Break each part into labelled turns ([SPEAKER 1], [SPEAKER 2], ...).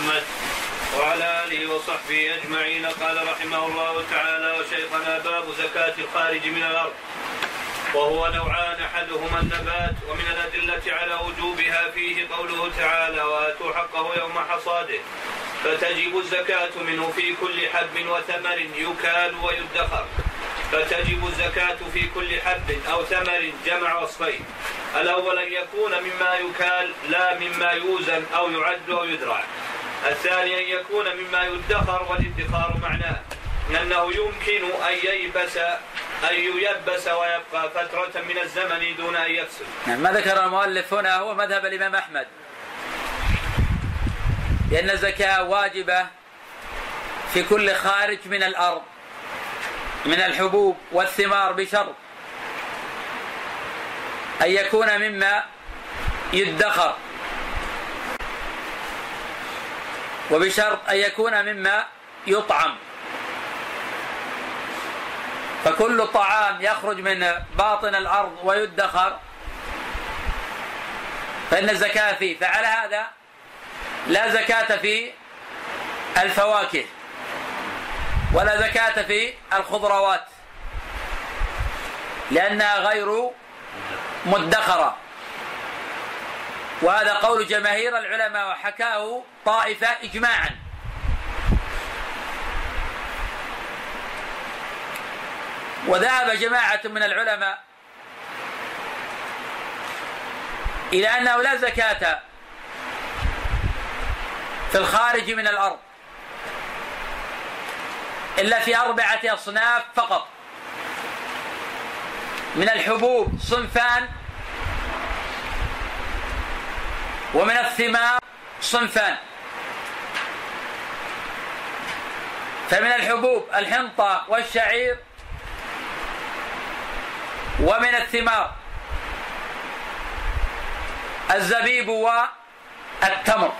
[SPEAKER 1] محمد وعلى آله وصحبه أجمعين. قال رحمه الله تعالى: وشيخنا باب زكاة الخارج من الأرض، وهو نوعان: أحدهما النبات، ومن الأدلة على وجوبها فيه قوله تعالى: وآتوا حقه يوم حصاده، فتجب الزكاة منه في كل حب وثمر يكال ويدخر. فتجب الزكاة في كل حب أو ثمر جمع وصفين: الأول أن يكون مما يكال لا مما يوزن أو يعد أو يدرع. الثاني أن يكون مما يدخر، والادخار معناه أنه يمكن أن ييبس ويبقى فترة من الزمن دون أن يفسد.
[SPEAKER 2] ما ذكر المؤلف هنا هو مذهب الإمام أحمد، لأن الزكاة واجبة في كل خارج من الأرض من الحبوب والثمار، بشرط أن يكون مما يدخر، وبشرط أن يكون مما يطعم. فكل طعام يخرج من باطن الأرض ويدخر فإن الزكاة فيه. فعلى هذا لا زكاة في الفواكه ولا زكاة في الخضروات، لأنها غير مدخرة، وهذا قول جماهير العلماء، وحكاه طائفة إجماعا. وذهب جماعة من العلماء إلى أنه لا زكاة في الخارج من الأرض إلا في 4 أصناف فقط: من الحبوب صنفان، ومن الثمار صنفان. فمن الحبوب الحنطة والشعير، ومن الثمار الزبيب والتمر.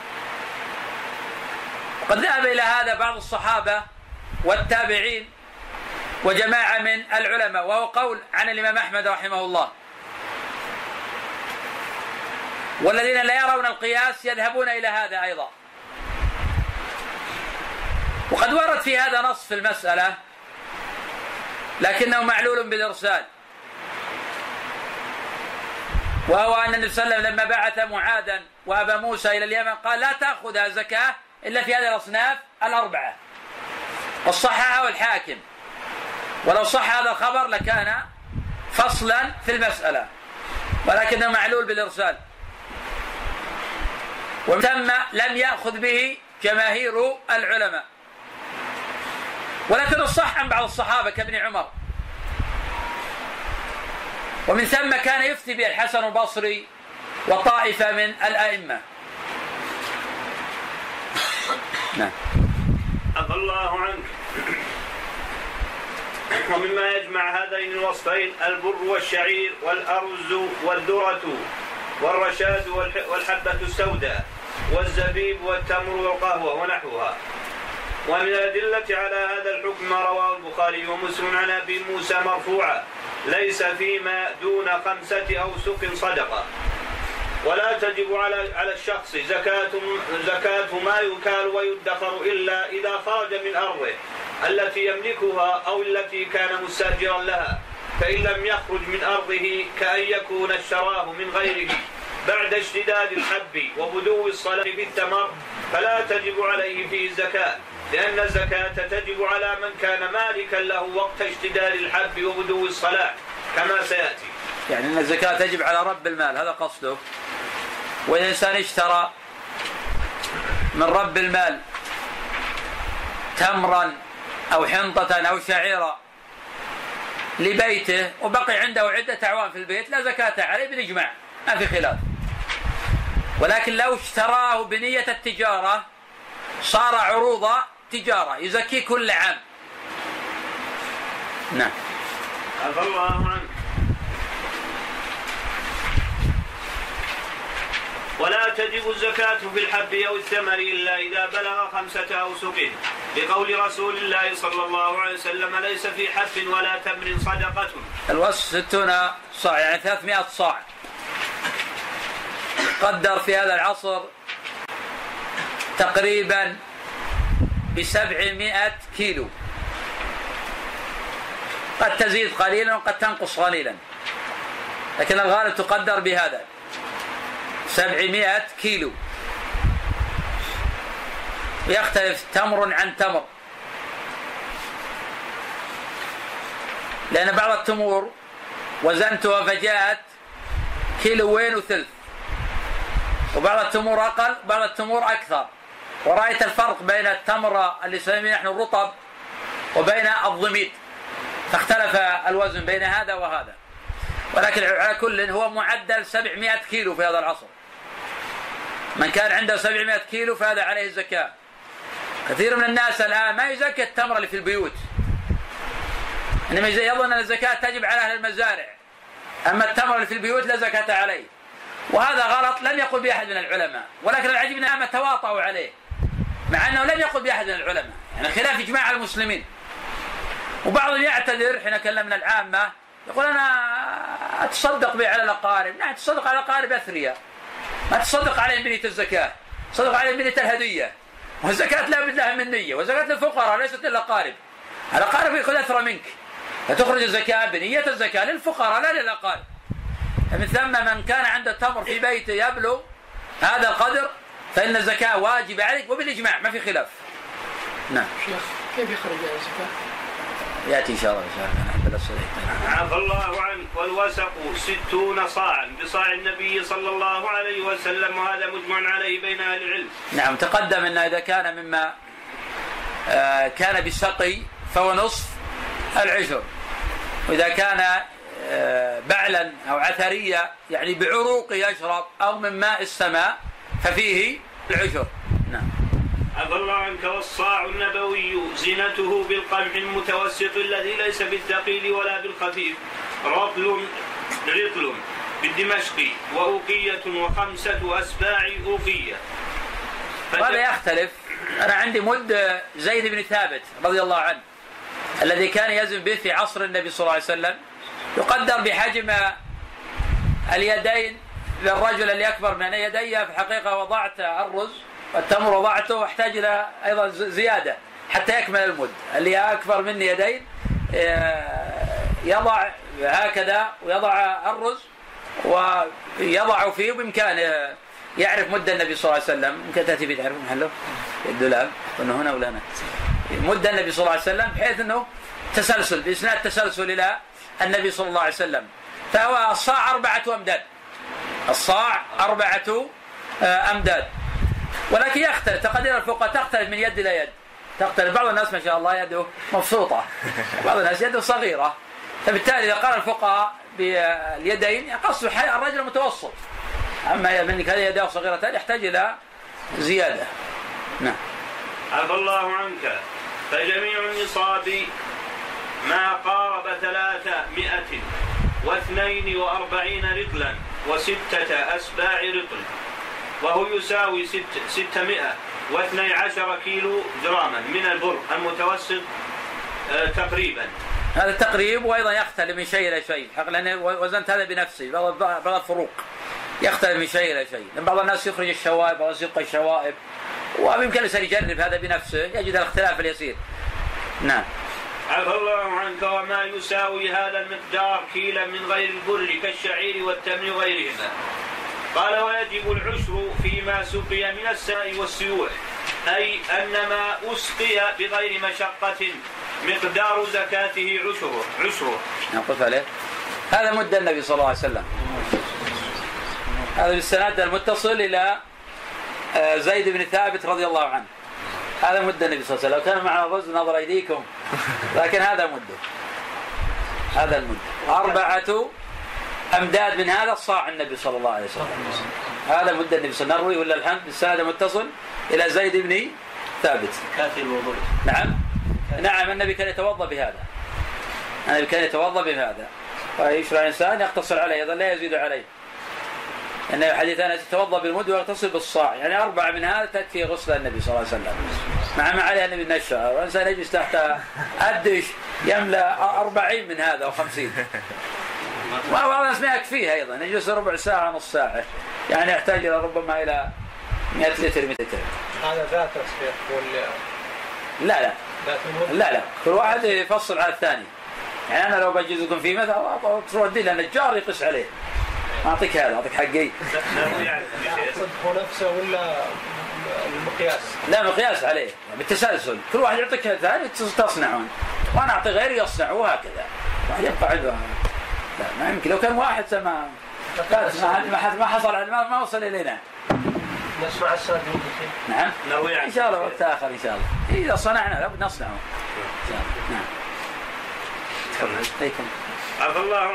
[SPEAKER 2] وقد ذهب إلى هذا بعض الصحابة والتابعين وجماعة من العلماء، وهو قول عن الإمام أحمد رحمه الله. والذين لا يرون القياس يذهبون إلى هذا أيضا. وقد ورد في هذا نص في المسألة، لكنه معلول بالإرسال، وهو أن النبي صلى الله عليه وسلم لما بعث معاذا وأبا موسى إلى اليمن قال: لا تأخذ زكاة إلا في هذه الأصناف 4. والصححه الحاكم، ولو صح هذا الخبر لكان فصلا في المسألة، ولكنه معلول بالإرسال، ومن ثم لم يأخذ به جماهير العلماء. ولكن الصح عن بعض الصحابة كابن عمر، ومن ثم كان يفتي به الحسن البصري وطائفة من الأئمة. نعم.
[SPEAKER 1] عفى الله عنك. ومما يجمع هذين الوصفين: البر والشعير والأرز والذرة والرشاد والحبة السوداء والزبيب والتمر والقهوة ونحوها. ومن الأدلة على هذا الحكم ما رواه البخاري ومسلم عن أبي موسى مرفوعا: ليس فيما دون 5 أوسق صدقة، ولا تجب على الشخص زكاة ما يكال ويدخر إلا إذا خرج من أرضه التي يملكها أو التي كان مستأجرا لها. فإن لم يخرج من أرضه كأن يكون اشتراه من غيره بعد اشتداد الحب وبدو الصلاة بالثمر، فلا تجب عليه فيه الزكاة، لأن الزكاة تجب على من كان مالكا له وقت اشتداد الحب وبدو الصلاة كما سيأتي.
[SPEAKER 2] يعني أن الزكاة تجب على رب المال، هذا قصده. وإذا الإنسان اشترى من رب المال تمرا أو حنطة أو شعيرا لبيته وبقي عنده عدة أعوام في البيت لا زكاة عليه بالإجماع، ما في خلاف. ولكن لو اشتراه بنية التجارة صار عروض تجارة يزكيه كل عام. نعم.
[SPEAKER 1] عفى الله عنك. ولا تجب الزكاة في الحب أو الثمر إلا إذا بلغ 5 أوسق، لقول رسول الله صلى الله عليه وسلم: ليس في حب ولا تمر صدقة.
[SPEAKER 2] الوسط 60 صاع، يعني 300 صاع. قدر في هذا العصر تقريبا ب700 كيلو، قد تزيد قليلا وقد تنقص قليلا، لكن الغالب تقدر بهذا 700 كيلو. ويختلف تمر عن تمر، لأن بعض التمور وزنتها فجاءت 1.5 كيلو، وبعض التمور أقل وبعض التمور أكثر. ورأيت الفرق بين التمر اللي نسميه نحن الرطب وبين الضميد، فاختلف الوزن بين هذا وهذا، ولكن على كل هو معدل 700 كيلو في هذا العصر. من كان عنده 700 كيلو فهذا عليه الزكاة. كثير من الناس الآن ما يزكي التمر اللي في البيوت، إنما يظن أن الزكاة تجب على أهل المزارع، أما التمر اللي في البيوت لا زكاة عليه، وهذا غلط لم يقل به أحد من العلماء. ولكن العجيب أن العلماء تواطؤوا عليه مع أنه لم يقل به أحد من العلماء، يعني خلاف إجماع المسلمين. وبعضهم يعتذر حين كلمنا العامة يقول أنا أتصدق به على الأقارب. نعم، تصدق على الأقارب أثرياء، ما تصدق عليهم بنية الزكاة، تصدق عليهم بنية الهدية، والزكاة لا بد لها من نية، والزكاة للفقراء ليست للأقارب. الأقارب يأخذ أثرى منك، فتخرج الزكاة بنية الزكاة للفقراء لا للأقارب. فمن ثم من كان عنده تمر في بيته يبلغ هذا القدر فإن الزكاة واجبة عليك وبالإجماع، ما في خلاف. نعم.
[SPEAKER 3] شيخ كيف يخرج الزكاة؟
[SPEAKER 2] يأتي إن شاء الله نحب الصلاة.
[SPEAKER 1] عفى الله عنك. والوسق 60 صاعا بصاع النبي صلى الله عليه وسلم، وهذا مجمع عليه بين أهل العلم.
[SPEAKER 2] نعم، تقدم أن إذا كان مما كان بالسقي فهو نصف العشر، وإذا كان بعلا أو عثرية يعني بعروق يشرب أو من ماء السماء ففيه العشر. نعم.
[SPEAKER 1] عفى الله عنك. والصاع النبوي زينته بالقمح المتوسط الذي ليس بالثقيل ولا بالخفيف، رطل بالدمشقي، وأوقية، و5 أسباع أوقية.
[SPEAKER 2] وهذا يختلف. أنا عندي مد زيد بن ثابت رضي الله عنه الذي كان يزن به في عصر النبي صلى الله عليه وسلم، يقدر بحجم اليدين للرجل اللي أكبر من يدي. في الحقيقة وضعت الرز والتمر وضعته، واحتاج إلى أيضا زيادة حتى يكمل المد. اللي أكبر مني يدين يضع هكذا ويضع الرز ويضع فيه، بإمكانه يعرف مد النبي صلى الله عليه وسلم. ممكن تأتي في تعرف محله الدولاب أنه هنا ولا هنا مد النبي صلى الله عليه وسلم، بحيث أنه تسلسل بإسناد تسلسل إلى النبي صلى الله عليه وسلم. فهو الصاع 4 أمداد، الصاع 4 أمداد. ولكن يختلف تقدير الفقهاء، تختلف من يد إلى يد، تختلف. بعض الناس ما شاء الله يده مبسوطة، بعض الناس يده صغيرة، فبالتالي إذا قال الفقهاء باليدين يقصد الرجل المتوسط. أما من كان يده صغيرتان يحتاج إلى زيادة. نعم.
[SPEAKER 1] عفى الله عنك. فجميع النصاب ما قارب 342 رطلا و6 أسباع رطل، وهو يساوي 612 كيلو جراما من البر المتوسط تقريبا.
[SPEAKER 2] هذا التقريب، وأيضا يختلف من شيء إلى شيء، لأن وزنت هذا بنفسي. بعض الفروق يختلف من شيء إلى شيء، لأن بعض الناس يخرج الشوائب، بعض الناس يبقى الشوائب، وبإمكانه الإنسان يجرب هذا بنفسه يجد الاختلاف اليسير. نعم.
[SPEAKER 1] عفى الله عنك. وما يساوي هذا المقدار كيلا من غير البر كالشعير والتمر وغيرهما. قال: ويجب العشر فيما سقي من السماء والسيوح، أي أن ما أسقي بغير مشقة مقدار زكاته عشره.
[SPEAKER 2] نقف عليه. هذا مد النبي صلى الله عليه وسلم، هذا بالسند المتصل إلى زيد بن ثابت رضي الله عنه. هذا مد النبي صلى الله عليه وسلم. لو كان معنا الرز نظر أيديكم، لكن هذا مده، هذا المد 4 أمداد من هذا الصاع النبي صلى الله عليه وسلم. هذا مد النبي صلى الله عليه وسلم. نروي ولا الحمد بالسند المتصل إلى زيد بن ثابت.
[SPEAKER 1] كافي الوضوء.
[SPEAKER 2] نعم النبي كان يتوضأ بهذا، النبي كان يتوضأ بهذا، ويشرع الإنسان يقتصر عليه أيضا لا يزيد عليه. إن حديث أنس يتوضأ بالمد ويغتسل بالصاع، يعني 4 من هذا تكفي غسل النبي صلى الله عليه وسلم، مع ما عليه النبي نشأ. والإنسان يجلس تحت الدش يملأ 40 من هذا و50. وبعض الناس ما يكفيه أيضا، يجلس ربع ساعة نص ساعة، يعني يحتاج إلى ربما إلى 100 لتر 100 لتر.
[SPEAKER 4] هذا ذات تصفيق ولا
[SPEAKER 2] لا كل واحد يفصل على الثاني. يعني أنا لو بجزكم في مثلا تردي لأن النجار يقيس عليه، ما أعطيك هذا، أعطيك حقي.
[SPEAKER 4] صدقه نفسه ولا المقياس؟
[SPEAKER 2] لا مقياس عليه بالتسلسل، كل واحد يعطيك الثاني تصنعون وأنا أعطي غيري يصنع وهكذا. واحد يبقى عنده لا ما يمكن، لو كان واحد ما حصل ما وصل إلينا.
[SPEAKER 4] نسمع السؤال.
[SPEAKER 2] نعم إن شاء الله وقت آخر إن شاء الله. إذا صنعنا لابد نصنعه إن شاء الله. نعم.
[SPEAKER 1] عفى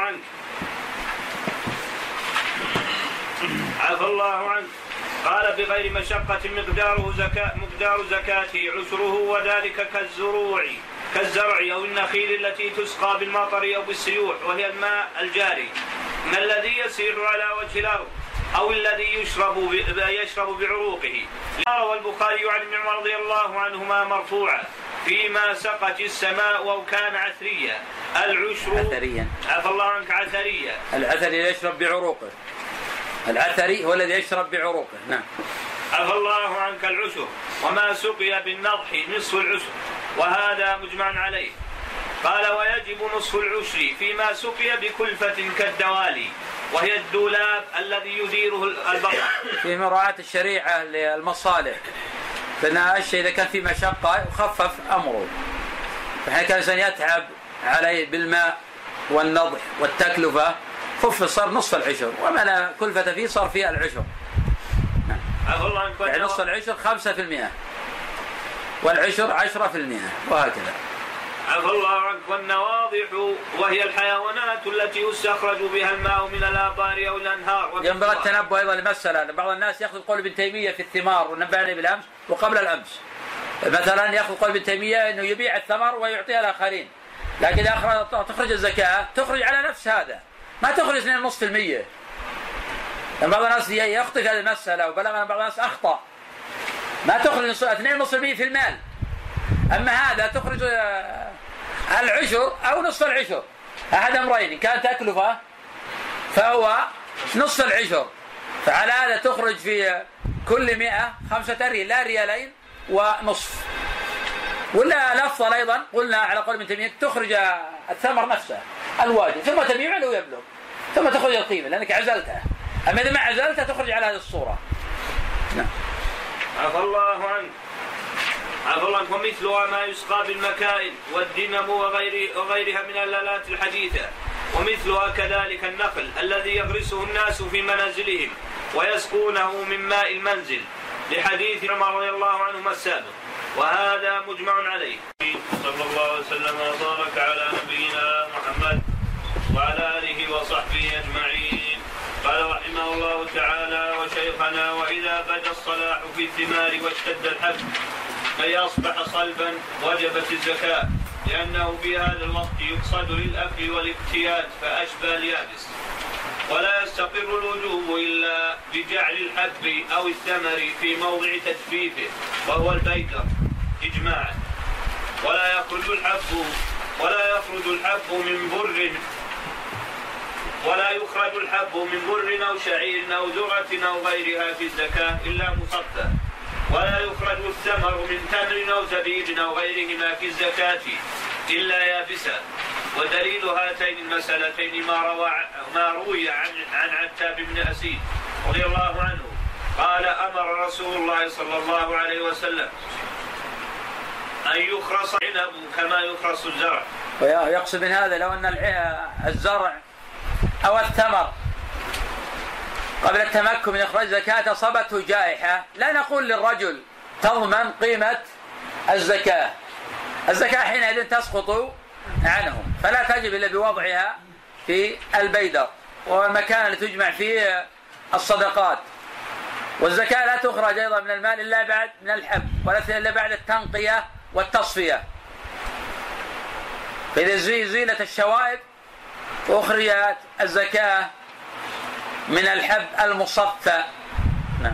[SPEAKER 1] الله عنك. قال بغير مشقة مقدار زكاته عسره، وذلك كالزرع أو النخيل التي تسقى بالمطر أو بالسيوح، وهي الماء الجاري من الذي يسير على وجه الأرض أو الذي يشرب بعروقه. روى البخاري عن ابن عمر رضي الله عنهما مرفوعا فيما سقت السماء أو كان عثريا العشر
[SPEAKER 2] عثريا.
[SPEAKER 1] عفى الله عنك. عثريا
[SPEAKER 2] العثري يشرب بعروقه، العثري هو الذي يشرب بعروقه. نعم.
[SPEAKER 1] عفى الله عنك. العشر وما سقي بالنضح نصف العشر، وهذا مجمع عليه. قال ويجب نصف العشر فيما سقي بكلفة كالدوالي، وهي الدولاب الذي يديره البقر.
[SPEAKER 2] في مراعاة الشريعة للمصالح، فإن الشيء إذا كان في مشقة يخفف أمره، فحين كان الإنسان يتعب عليه بالماء والنضح والتكلفة خف صار نصف العشر، وما لا كلفة فيه صار فيه العشر. يعني نصف العشر 5%، والعشر 10%، وهكذا.
[SPEAKER 1] عفى الله عنك. والنواضح وهي الحيوانات التي يستخرج بها الماء من الآبار أو الأنهار.
[SPEAKER 2] ينبغي التنبه أيضا لمسألة، بعض الناس يأخذ قول ابن تيمية في الثمار، ونبهنا بالأمس وقبل الأمس، مثلا يأخذ قول ابن تيمية أنه يبيع الثمر ويعطيها الآخرين، لكن إذا تخرج الزكاة تخرج على نفس هذا، ما تخرج 2.5%. بعض الناس يخطئ هذه المسألة، وبلغنا بعض الناس أخطأ، ما تخرج 2.5% في المال، أما هذا تخرج العشر أو نصف العشر، أحد أمرين، إن كان تكلفة فهو نصف العشر، فعلى هذا تخرج في كل 100 5 ريال، لا ريالين ونصف. ولا الأفضل أيضا قلنا على قول ابن تيمية تخرج الثمر نفسه الواجب ثم تبيعه لو يبلغ، ثم تخرج القيمة لأنك عزلتها. أما إذا ما عزلتها تخرج على هذه الصورة. نعم.
[SPEAKER 1] عفى الله عنك. ومثلها ما يسقى بالمكائن والدمم وغيرها من الآلات الحديثة، ومثلها كذلك النخل الذي يغرسه الناس في منازلهم ويسقونه من ماء المنزل، لحديث عمر رضي الله عنهما السابق، وهذا مجمع عليه. صلى الله عليه وسلم وبارك على نبينا محمد وعلى آله وصحبه أجمعين. قال رحمه الله تعالى: وشيخنا وإذا بدا الصلاح في الثمار واشتد الحب أي أصبح صلبا وجبت الزكاة، لأنه في هذا الوقت يقصد للأكل والاقتياد فأشبه اليابس، ولا يستقر الوجوب إلا بجعل الحب أو الثمر في موضع تجفيفه وهو البيدر إجماعا، ولا يخرج الحب من بر أو شعير أو ذرة أو غيرها في الزكاة إلا مصفى، ولا يخرج الثمر من تمر أو زبيب أو غيرهما في الزكاة إلا يابسا. ودليل هاتين المسألتين ما روي عن عتاب بن أسيد رضي الله عنه قال: أمر رسول الله صلى الله عليه وسلم أن يخرص العنب كما يخرص الزرع.
[SPEAKER 2] ويقصد من هذا لو أن الزرع أو الثمر قبل التمكن من إخراج الزكاة أصابته جائحة، لا نقول للرجل تضمن قيمة الزكاة، الزكاة حينئذ تسقط عنه، فلا تجب إلا بوضعها في البيدر وهو المكان الذي تجمع فيه الصدقات. والزكاة لا تخرج أيضا من المال إلا بعد من الحب، ولا إلا بعد التنقية والتصفية. فإذا زيلت الشوائب أخرجت الزكاة من الحب المصفى. نعم.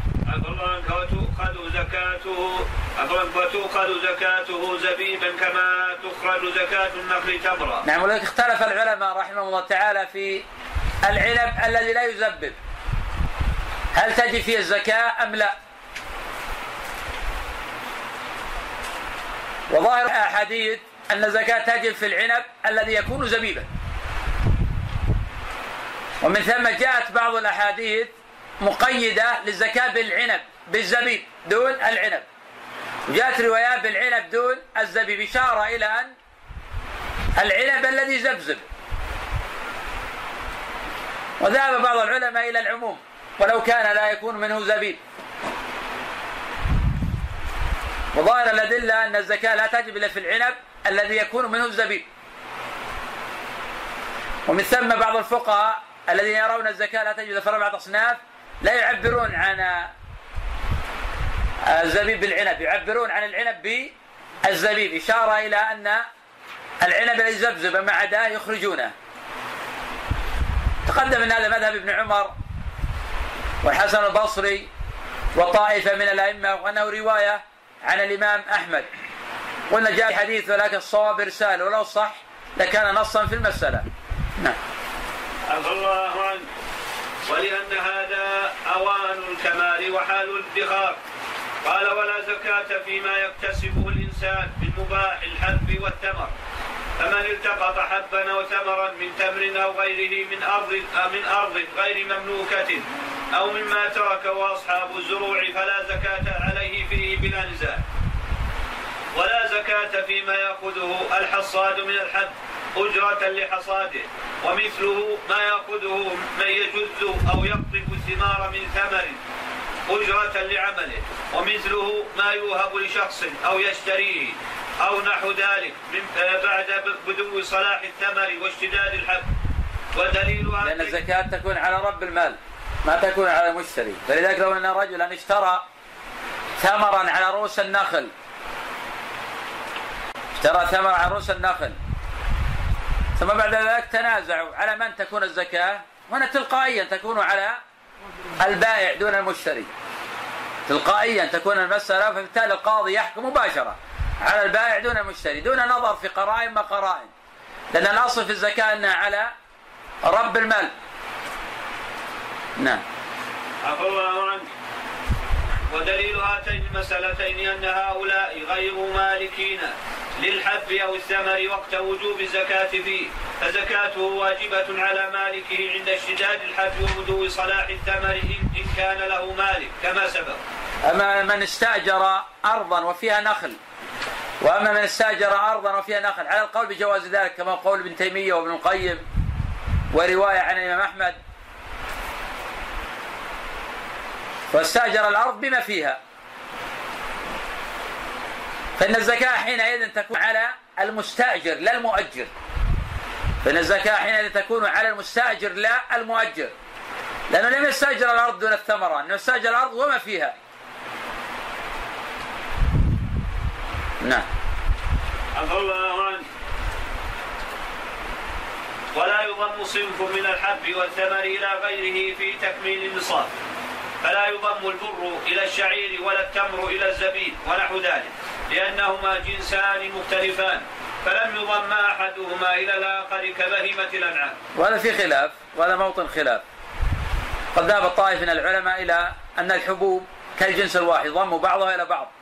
[SPEAKER 1] وتؤخذ زكاته زبيبا كما تخرج زكاة النخل تمرا.
[SPEAKER 2] نعم. ولذلك اختلف العلماء رحمهم الله تعالى في العنب الذي لا يزبب، هل تجب فيه الزكاة أم لا؟ وظاهر الأحاديث أن الزكاة تجب في العنب الذي يكون زبيبا، ومن ثم جاءت بعض الأحاديث مقيدة للزكاة بالعنب بالزبيب دون العنب، وجاءت روايات بالعنب دون الزبيب، إشارة إلى أن العنب الذي زبزب. وذهب بعض العلماء إلى العموم ولو كان لا يكون منه زبيب. وظاهر الأدلة أن الزكاة لا تجب إلا في العنب الذي يكون منه الزبيب. ومن ثم بعض الفقهاء الذين يرون الزكاة لا تجب إلا في 4 أصناف لا يعبرون عن الزبيب بالعنب، يعبرون عن العنب بالزبيب، إشارة إلى أن العنب الذي زبزب ما عداه يخرجونه. تقدم أن هذا مذهب ابن عمر والحسن البصري وطائفة من الأئمة، وأنه رواية عن الإمام أحمد. قلنا جاء حديث ولكن الصواب إرساله، ولو صح لكان نصا في المسألة. نعم.
[SPEAKER 1] عفى الله عنه. ولأن هذا أوان الكمال وحال الادخار. قال: ولا زكاة فيما يكتسبه الإنسان بالمباح الحب والثمر، فمن التقط حبا أو ثمرا من تمر أو غيره من أرض غير مملوكة أو مما تركه أصحاب الزروع فلا زكاة عليه فيه بلا نزاع. ولا زكاة فيما يأخذه الحصاد من الحب أجرة لحصاده، ومثله ما يأخذه من يجز أو يقطف الثمار من ثمر أجرة لعمله، ومثله ما يوهب لشخص أو يشتريه أو نحو ذلك بعد بدو صلاح الثمر واشتداد الحب. ودليلها
[SPEAKER 2] لأن الزكاة تكون على رب المال ما تكون على المشتري. فلذلك لو أن رجلا اشترى ثمرا على رؤوس النخل، اشترى ثمر على رؤوس النخل، ثم بعد ذلك تنازعوا على من تكون الزكاة، هنا تلقائيا تكون على البائع دون المشتري، تلقائيا تكون المسألة، فبالتالي القاضي يحكم مباشرة على البائع دون المشتري دون نظر في قرائن ما قرائن، لأن الأصل في الزكاة أنها على رب المال. نعم.
[SPEAKER 1] عفى الله عنك. ودليل هاتين المسألتين أن هؤلاء غير مالكين للحب أو الثمر وقت وجوب الزكاة فيه، فزكاته واجبة على مالكه عند اشتداد الحب وبدو صلاح الثمر إن كان له مالك كما سبق.
[SPEAKER 2] أما من استأجر أرضا وفيها نخل، وأما من استأجر أرضا وفيها نخل، على القول بجواز ذلك كما قول ابن تيمية وابن القيم ورواية عن الإمام أحمد، واستأجر الأرض بما فيها، فإن الزكاة حينئذ تكون على المستأجر لا المؤجر، فإن الزكاة حينئذ تكون على المستأجر لا المؤجر، لأنه لم يستأجر الأرض دون الثمرة، إنه استأجر الأرض وما فيها. نعم.
[SPEAKER 1] عفى الله عنه. ولا يضم صنف من الحب والثمر إلى غيره في تكميل النصاب، فلا يضم البر إلى الشعير ولا التمر إلى الزبيب ونحو ذلك، لأنهما جنسان مختلفان، فلم يضم أحدهما إلى الآخر كبهيمة الأنعام.
[SPEAKER 2] وهذا في خلاف، وهذا موطن خلاف. قد ذهب الطائف من العلماء إلى أن الحبوب كالجنس الواحد ضموا بعضها إلى بعض،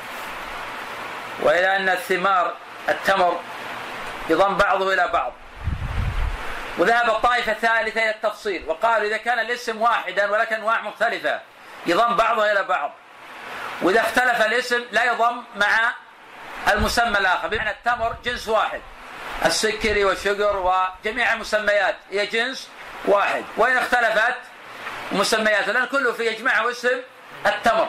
[SPEAKER 2] وإلى أن الثمار التمر يضم بعضه إلى بعض. وذهب الطائفة الثالثة إلى التفصيل، وقالوا إذا كان الاسم واحدا ولكن أنواع مختلفة يضم بعضه إلى بعض، وإذا اختلف الاسم لا يضم مع المسمى الآخر، بمعنى التمر جنس واحد، السكري والشجر وجميع المسميات هي جنس واحد، وإن اختلفت مسمياته لأن كله في يجمعه اسم التمر.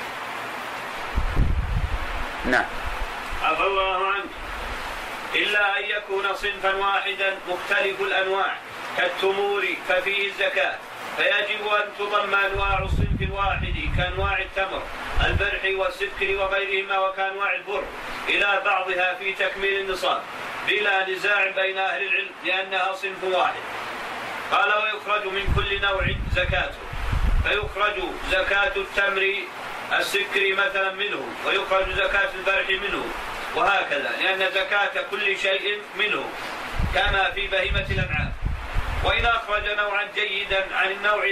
[SPEAKER 2] نعم.
[SPEAKER 1] عفى الله عنك. إلا أن يكون صنفا واحدا مختلف الأنواع كالتمور ففيه الزكاة، فيجب أن تضم أنواع الصنف الواحد كأنواع التمر البرح والسكر وغيرهما وكأنواع البر إلى بعضها في تكميل النصاب بلا نزاع بين أهل العلم لأنها صنف واحد. قال: ويخرج من كل نوع زكاته، فيخرج زكاة التمر السكر مثلا منه، ويخرج زكاة البرح منه، وهكذا، لأن زكاة كل شيء منه كما في بهيمة الأنعام. وإن أخرج نوعا جيدا عن النوع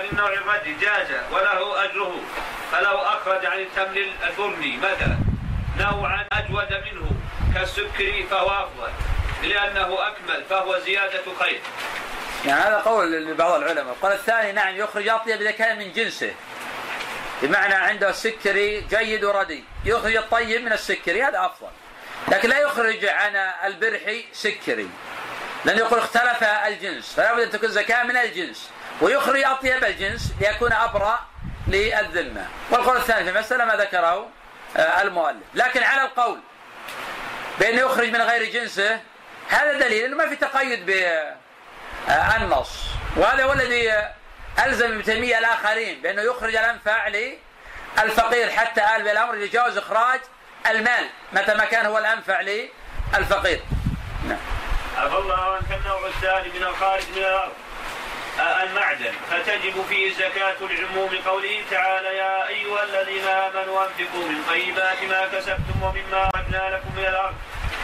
[SPEAKER 1] الردي جاز وله أجره، فلو أخرج عن التمر الفرني مثلا نوعا أجود منه كالسكري فهو أفضل لأنه أكمل فهو زيادة خير.
[SPEAKER 2] يعني هذا قول لبعض العلماء. القول الثاني نعم يخرج أطيب إذا كان من جنسه، بمعنى عنده السكري جيد وردي يخرج الطيب من السكري، هذا أفضل. لكن لا يخرج عن البرحي سكري، لأنه يقول اختلف الجنس، فلا بد أن تكون زكاة من الجنس، ويخرج أطيب الجنس ليكون أبرأ للذمة. والقول الثاني في المسألة ما ذكره المؤلف. لكن على القول بأنه يخرج من غير جنسه هذا دليل أنه ما في تقيد بالنص، وهذا هو الذي ألزم ابن تيمية الآخرين بأنه يخرج الأنفع للفقير حتى آل بالأمر يجاوز إخراج المال متى ما كان هو الأنفع للفقير. نعم.
[SPEAKER 1] عفى الله عنك. النوع الثاني من الخارج من الأرض المعدن، فتجب فيه زكاة العموم قوله تعالى يا أيها الذين آمنوا أنفقوا من طيبات ما كسبتم ومما أخرجنا لكم من الأرض.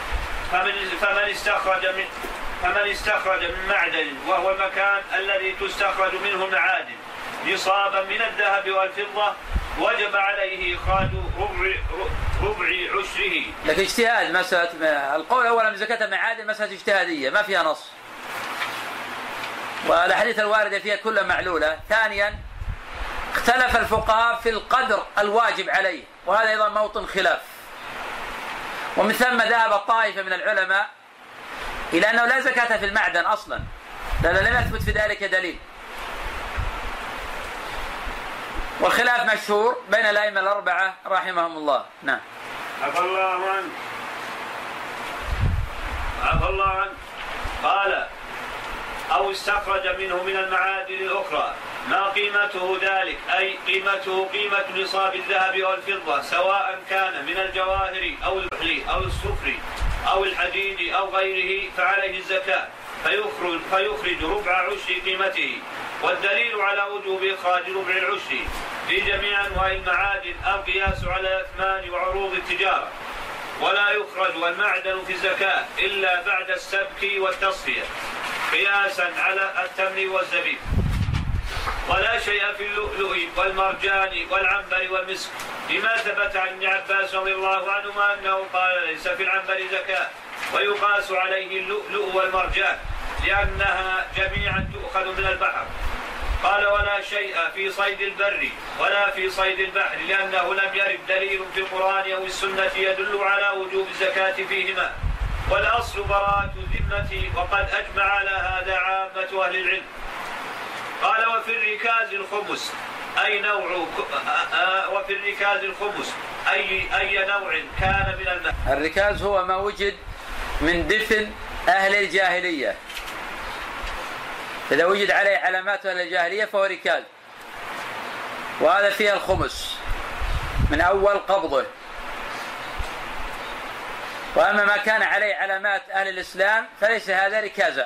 [SPEAKER 1] فمن استخرج من معدن وهو المكان الذي تستخرج منه المعادن نصابا من الذهب والفضة وجب عليه إخراج ربع عشره.
[SPEAKER 2] لكن اجتهاد مسألة القول أولا من زكاة المعادن مسألة اجتهادية ما فيها نص، والأحاديث الواردة فيها كلها معلولة. ثانيا اختلف الفقهاء في القدر الواجب عليه، وهذا أيضا موطن خلاف. ومن ثم ذهب الطائفة من العلماء إلى أنه لا زكاة في المعدن أصلا، لأنه لم يثبت في ذلك دليل. والخلاف مشهور بين الأئمة الأربعة رحمهم الله. نعم.
[SPEAKER 1] عفى الله عنه. قال أو استخرج منه من المعادن الأخرى ما قيمته ذلك، أي قيمته قيمة نصاب الذهب والفضة سواء كان من الجواهر أو الوحل أو الصفر أو الحديد أو غيره فعليه الزكاة فيخرج ربع عشر قيمته. والدليل على وجوب إخراج ربع العشر في جميع أنواع المعادن القياس على الأثمان وعروض التجارة، ولا يخرج المعدن في الزكاة إلا بعد السبك والتصفية قياسا على التمر والزبيب. ولا شيء في اللؤلؤ والمرجان والعنبر والمسك، لما ثبت عن ابن عباس رضي الله عنهما أنه قال ليس في العنبر زكاة ويقاس عليه اللؤلؤ والمرجان لأنها جميعا تؤخذ من البحر. قال ولا شيء في صيد البر ولا في صيد البحر لأنه لم يرد دليل في القرآن أو السنة يدل على وجوب الزكاة فيهما، والأصل براءة الذمة، وقد أجمع على هذا عامة أهل العلم. قال وفي الركاز الخمس أي نوع وفي الركاز الخمس أي نوع كان من المال.
[SPEAKER 2] الركاز هو ما وجد من دفن أهل الجاهلية، إذا وجد عليه علامات أهل الجاهلية فهو ركاز، وهذا فيها الخمس من أول قبضه. وأما ما كان عليه علامات أهل الإسلام فليس هذا ركازا.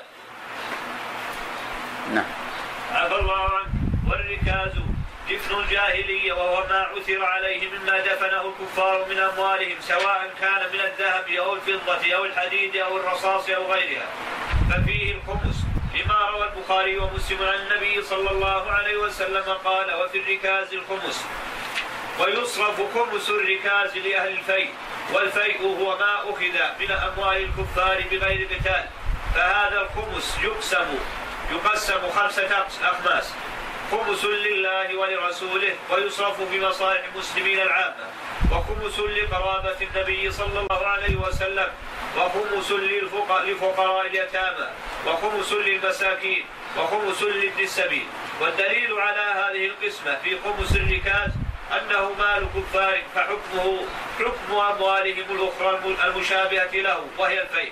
[SPEAKER 2] نعم.
[SPEAKER 1] عفى الله عنه. والركاز دفن الجاهلية وهو ما عثر عليه مما دفنه الكفار من أموالهم سواء كان من الذهب أو الفضة أو الحديد أو الرصاص أو غيرها، ففيه الخمس لما روى البخاري ومسلم عن النبي صلى الله عليه وسلم قال وفي الركاز الخمس. ويصرف خمس الركاز لأهل الفيء، والفيء هو ما أخذ من أموال الكفار بغير قتال، فهذا الخمس يقسم 5 أخماس، خمس لله ولرسوله ويصرف في مصالح المسلمين العامة، وخمس لقرابة النبي صلى الله عليه وسلم، وخمس لفقراء اليتامى، وخمس للمساكين، وخمس لابن السبيل. والدليل على هذه القسمة في خمس الركاز أنه مال كفار فحكمه حكم أموالهم الأخرى المشابهة له وهي الفيء،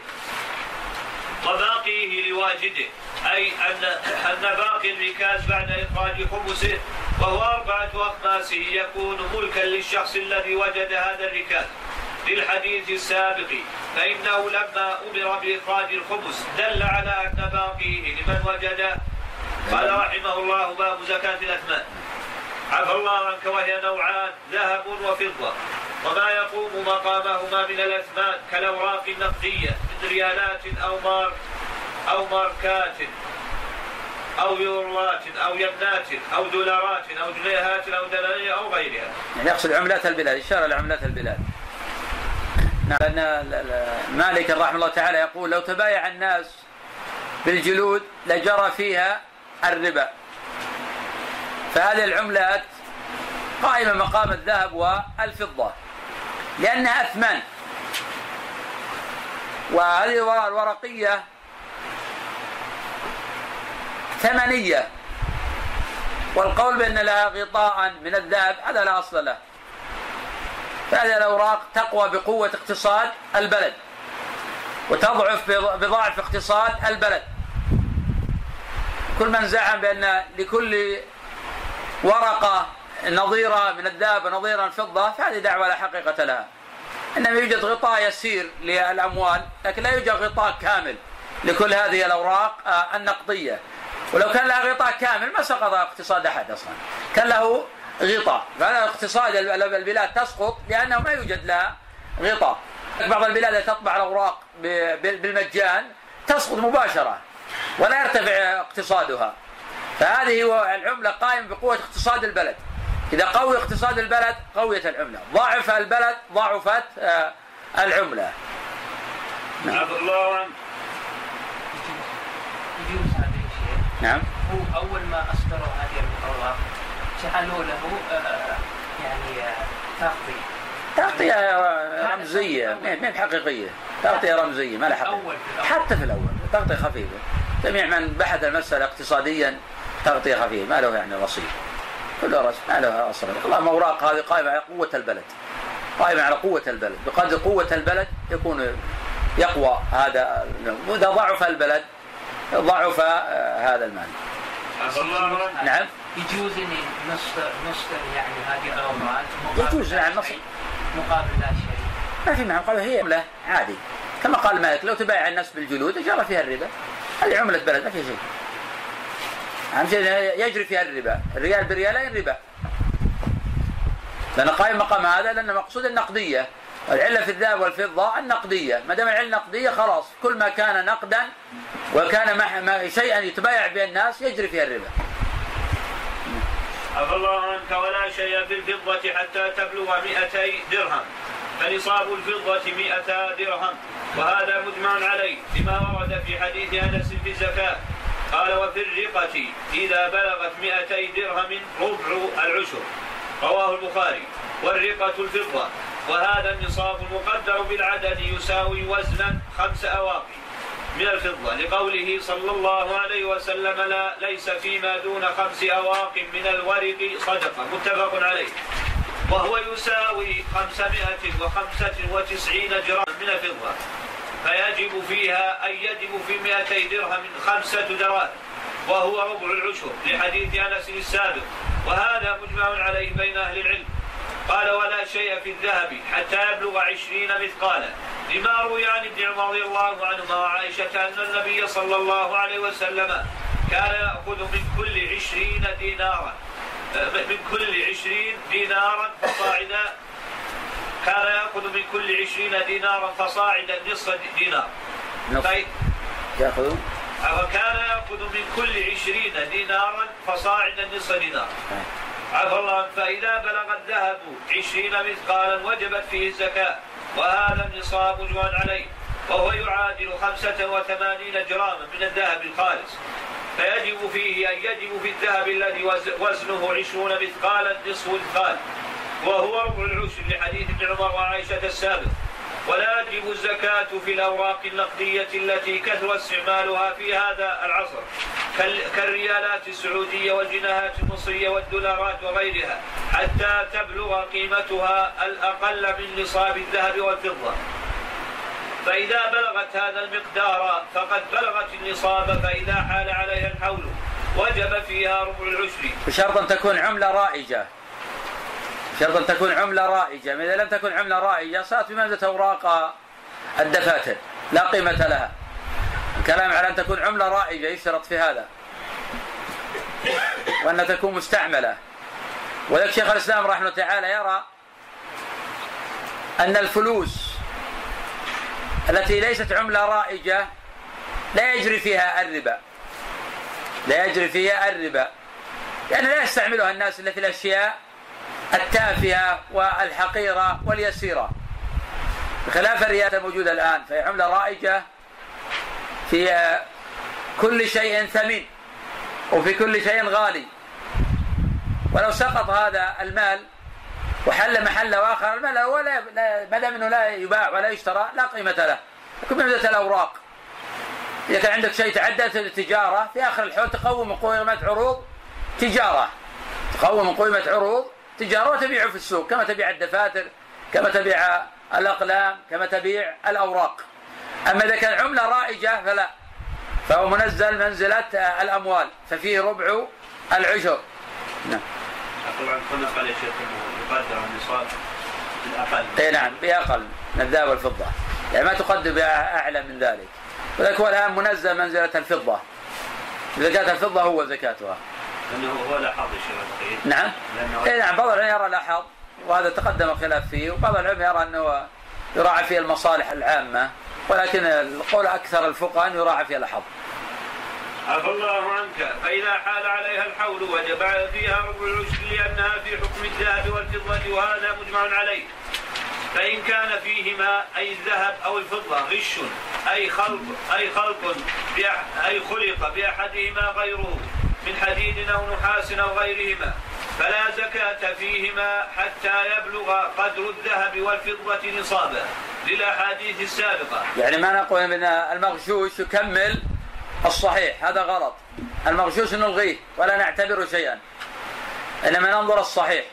[SPEAKER 1] وباقيه لواجده، أي أن باقي الركاز بعد إخراج خمسه وهو 4 أخماسه يكون ملكا للشخص الذي وجد هذا الركاز للحديث السابق، فإنه لما أمر بإخراج الخمس دل على أن باقيه لمن وجد. قال رحمه الله باب زكاة الأثمان. عفى الله عنك. وهي نوعان ذهب وفضة، وما يقوم مقامهما من الأثمان كالأوراق النقدية من ريالات أو ماركات أو يورات أو يمنات أو دولارات أو جنيهات أو دنانير أو غيرها.
[SPEAKER 2] يعني يقصد عملات البلاد، إشارة لعملات البلاد. لأن مالك رحمه الله تعالى يقول: لو تبايع الناس بالجلود لجرى فيها الربا. فهذه العملات قائمة مقام الذهب والفضة لأنها أثمان، وهذه الورقية ثمنية، والقول بأن لها غطاء من الذهب هذا لا أصل له. فهذه الأوراق تقوى بقوة اقتصاد البلد وتضعف بضعف اقتصاد البلد. كل من زعم بأن لكل ورقة نظيرة من الذهب ونظيرة من الفضة فهذه دعوة لا حقيقة لها. إنما يوجد غطاء يسير للأموال، لكن لا يوجد غطاء كامل لكل هذه الأوراق النقدية. ولو كان لها غطاء كامل ما سقط اقتصاد أحد أصلا، كان له غطاء. فهذا اقتصاد البلاد تسقط لأنه ما يوجد لها غطاء. بعض البلاد تطبع الأوراق بالمجان تسقط مباشرة ولا يرتفع اقتصادها. فهذه هو العملة قائمة بقوة اقتصاد البلد. إذا قوي اقتصاد البلد قوية العملة، ضعف البلد ضعفت العملة.
[SPEAKER 1] عفى الله عنك.
[SPEAKER 2] نعم.
[SPEAKER 5] هو أول ما أصدروا هذه الأوراق جعلوا له يعني
[SPEAKER 2] تغطية رمزية، ما حقيقية، تغطية رمزية ما لها حقيقة. حتى في الأول تغطية خفيفة. جميع من بحث المسألة اقتصاديا تغطية خفيفة ما له يعني رصيد، كله رسم ما له أصل. اللهم أوراق هذه قائمة على قوة البلد، قائمة على قوة البلد، بقدر قوة البلد يكون يقوى هذا. وإذا ضعف البلد ضعف هذا المال. نعم.
[SPEAKER 5] يجوز أن نصدر يعني هذه الأوراق
[SPEAKER 2] يجوز نعم نصدر
[SPEAKER 5] مقابل لا شيء،
[SPEAKER 2] ما في معنى. هي عملة عادي كما قال مالك: لو تبايع الناس بالجلود جرى فيها الربا. هذه عملة بلد ما فيها شيء. أهم شيء يجري فيها الربا، الريال بريالين ربا، لأن قائم مقام هذا، لأن مقصود النقدية. العلة في الذهب والفضة النقدية، ما دام العلة نقدية خلاص كل ما كان نقدا وكان شيئا يتبايع به الناس يجري فيها الربا.
[SPEAKER 1] عفى الله عنك. ولا شيء في الفضة حتى تبلغ 200 درهم، فنصاب الفضة 100 درهم، وهذا مجمع عليه لما ورد في حديث أنس في الزكاة. قال: وفي الرقة إذا بلغت 200 درهم ربع العشر، رواه البخاري. والرقة الفضة، وهذا النصاب المقدر بالعدد يساوي وزنا 5 أواقي من الفضة، لقوله صلى الله عليه وسلم: لا ليس فيما دون 5 أواق من الورق صدقة، متفق عليه. وهو يساوي 595 جرام من الفضة، فيجب فيها أي يجب في 200 درهم 5 دراهم، وهو ربع العشر، لحديث أنس السابق. وهذا مجمع عليه بين أهل العلم. قال: ولا شيء في الذهب حتى يبلغ 20 مثقالا، لما روي عن ابن عمر رضي الله عنهما وعائشة أن النبي صلى الله عليه وسلم كان يأخذ من كل 20 دينارا فصاعدا، كان يأخذ من كل 20 دينارا فصاعدا نصف دينار. وكان يأخذ من كل 20 دينارا فصاعدا نصف دينار. عفى الله. فإذا بلغ الذهب 20 مثقالا وجبت فيه الزكاة، وهذا النصاب مجمع عليه، وهو يعادل 85 جراما من الذهب الخالص. فيجب فيه أن يجب في الذهب الذي وزنه 20 مثقالا نصف مثقال، وهو ربع العشر، لحديث ابن عمر وعائشة السابق. ولا تجب الزكاة في الأوراق النقدية التي كثر استعمالها في هذا العصر، كالريالات السعودية والجنيهات المصرية والدولارات وغيرها، حتى تبلغ قيمتها الأقل من نصاب الذهب والفضة. فإذا بلغت هذا المقدار فقد بلغت النصاب، فإذا حال عليها الحول وجب فيها ربع العشر،
[SPEAKER 2] بشرط أن تكون عملة رائجة. شرط أن تكون عملة رائجة. إذا لم تكن عملة رائجة صارت بمنزلة أوراق الدفاتر لا قيمة لها. الكلام على أن تكون عملة رائجة يشترط في هذا، وأن تكون مستعملة. ولذلك شيخ الإسلام رحمه الله تعالى يرى أن الفلوس التي ليست عملة رائجة لا يجري فيها الربا، لأن لا يستعملها الناس إلا في الأشياء التافهة والحقيرة واليسيرة. بخلاف الريال الموجودة الآن، فهي عملة رائجة في كل شيء ثمين وفي كل شيء غالي. ولو سقط هذا المال وحل محله آخر، المال هو ما دام انه لا يباع ولا يشترى لا قيمة له. كمثل الأوراق، إذا كان عندك شيء تعدت التجارة في آخر الحول تقوم من قيمة عروض تجارة، تقوم من قيمة عروض تجارة وتبيعه في السوق، كما تبيع الدفاتر، كما تبيع الأقلام، كما تبيع الأوراق. أما إذا كان عملة رائجة فلا، فهو منزل منزلة الأموال، ففيه ربع العشر. نعم.
[SPEAKER 1] طبعا كنا قال يا شيخ يقدر النصاب بالأقل.
[SPEAKER 2] اي نعم، بأقل من الذهب والفضة، يعني ما تقدر بأعلى من ذلك. ولكن هو الآن منزل منزلة الفضة، زكاة الفضة هو زكاتها.
[SPEAKER 1] لأنه هو لا حظ الشيخ.
[SPEAKER 2] نعم. اي نعم، بعض العلماء يرى لا حظ، وهذا تقدم الخلاف فيه، وبعض العلماء يرى أنه يراعى فيه المصالح العامة، ولكن القول أكثر الفقهاء أن يراعى فيها الحظ.
[SPEAKER 1] عفى الله عنك. فإذا حال عليها الحول وجب فيها ربع العشر لأنها في حكم الذهب والفضة، وهذا مجمع عليه. فإن كان فيهما أي الذهب أو الفضة غش أي خلق بأحدهما غيره من حديد أو نحاس أو غيرهما، فلا زكاة فيهما حتى يبلغ قدر الذهب والفضة نصابا، للأحاديث السابقة.
[SPEAKER 2] يعني ما نقول من المغشوش يكمل الصحيح، هذا غلط. المغشوش نلغيه ولا نعتبره شيئا، إنما ننظر الصحيح.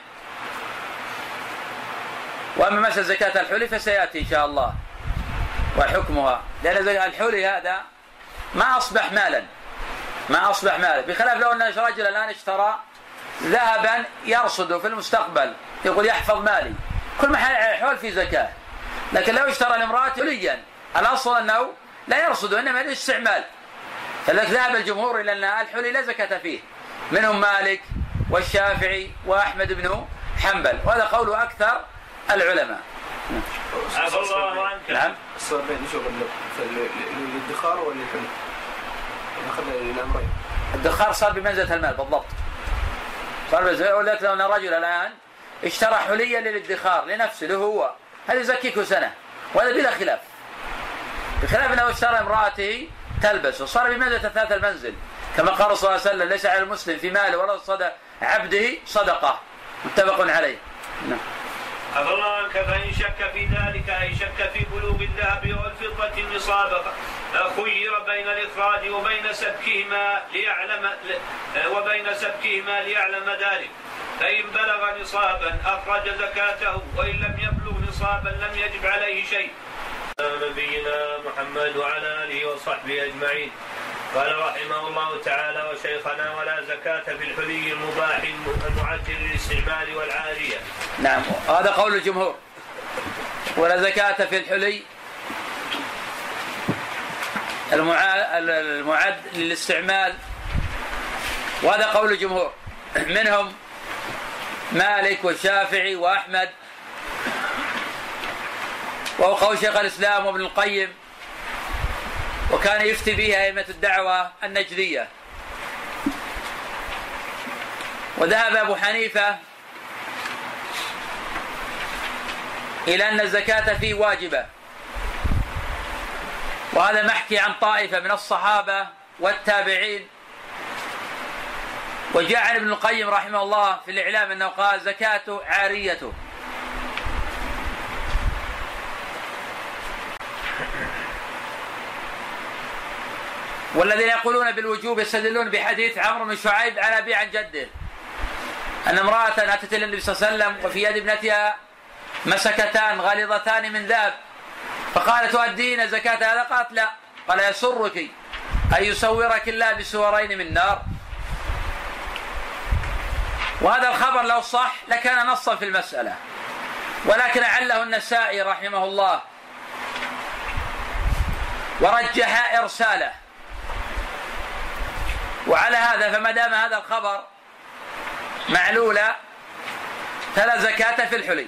[SPEAKER 2] وأما مسألة زكاة الحلي فسيأتي إن شاء الله وحكمها، لأن زكاة الحلي هذا ما أصبح مالا، بخلاف لو أن رجل الآن اشترى ذهبا يرصد في المستقبل، يقول يحفظ مالي، كل ما حول في زكاة. لكن لو اشترى لامرأة حليا الأصل أنه لا يرصد، إنما للاستعمال. فلذلك ذهب الجمهور إلى أن الحلي لا زكاة فيه، منهم مالك والشافعي وأحمد بن حنبل، وهذا قول أكثر العلماء.
[SPEAKER 1] عفى الله عنك.
[SPEAKER 2] نعم.
[SPEAKER 4] الصار بين شغل للادخار ولا الحلي؟ أخذنا الأمرين.
[SPEAKER 2] الادخار صار بمنزلة المال بالضبط، صار بمنزلة. ولكن لو أن رجل الآن اشترى حليا للادخار لنفسه له هو، هذا يزكيك سنة، وهذا بلا خلاف، بخلاف أنه اشترى امرأته تلبس، وصار بمنزلة ثلاث المنزل، كما قال صلى الله عليه وسلم: ليس على المسلم في ماله ولا صدق عبده صدقة، متفق عليه. نعم.
[SPEAKER 1] عفى الله عنك. فإن شك في ذلك أي شك في بلوغ الذهب والفضة النصاب، خير بين الإخراج وبين سبكهما ليعلم ذلك. فإن بلغ نصابا أخرج زكاته، وإن لم يبلغ نصابا لم يجب عليه شيء. نبينا محمد وعلى آله وصحبه أجمعين. قال رحمه الله تعالى: وشيخنا ولا زكاة في الحلي المباح المعجل للاستعمال والعارية.
[SPEAKER 2] نعم، هذا قول الجمهور، ولا زكاة في الحلي المعد للاستعمال، وهذا قول الجمهور، منهم مالك والشافعي وأحمد، وهو قول شيخ الإسلام وابن القيم، وكان يفتي به أئمة الدعوة النجدية. وذهب أبو حنيفة إلى أن الزكاة فيه واجبة، وهذا محكي عن طائفة من الصحابة والتابعين. وجاء عن ابن القيم رحمه الله في الإعلام أنه قال: زكاة عاريته. والذين يقولون بالوجوب يستدلون بحديث عمرو بن شعيب عن أبي عن جده، أن امرأة أتت إلى النبي صلى الله عليه وسلم وفي يد ابنتها مسكتان غليظتان من ذهب، فقالت: تؤدين زكاة هذا؟ قالت: لا. قال: يسرك أن يسورك الله بسورين من نار. وهذا الخبر لو صح لكان نصا في المسألة، ولكن عله النسائي رحمه الله ورجح إرساله. وعلى هذا فما دام هذا الخبر معلولا فلا زكاة في الحلي.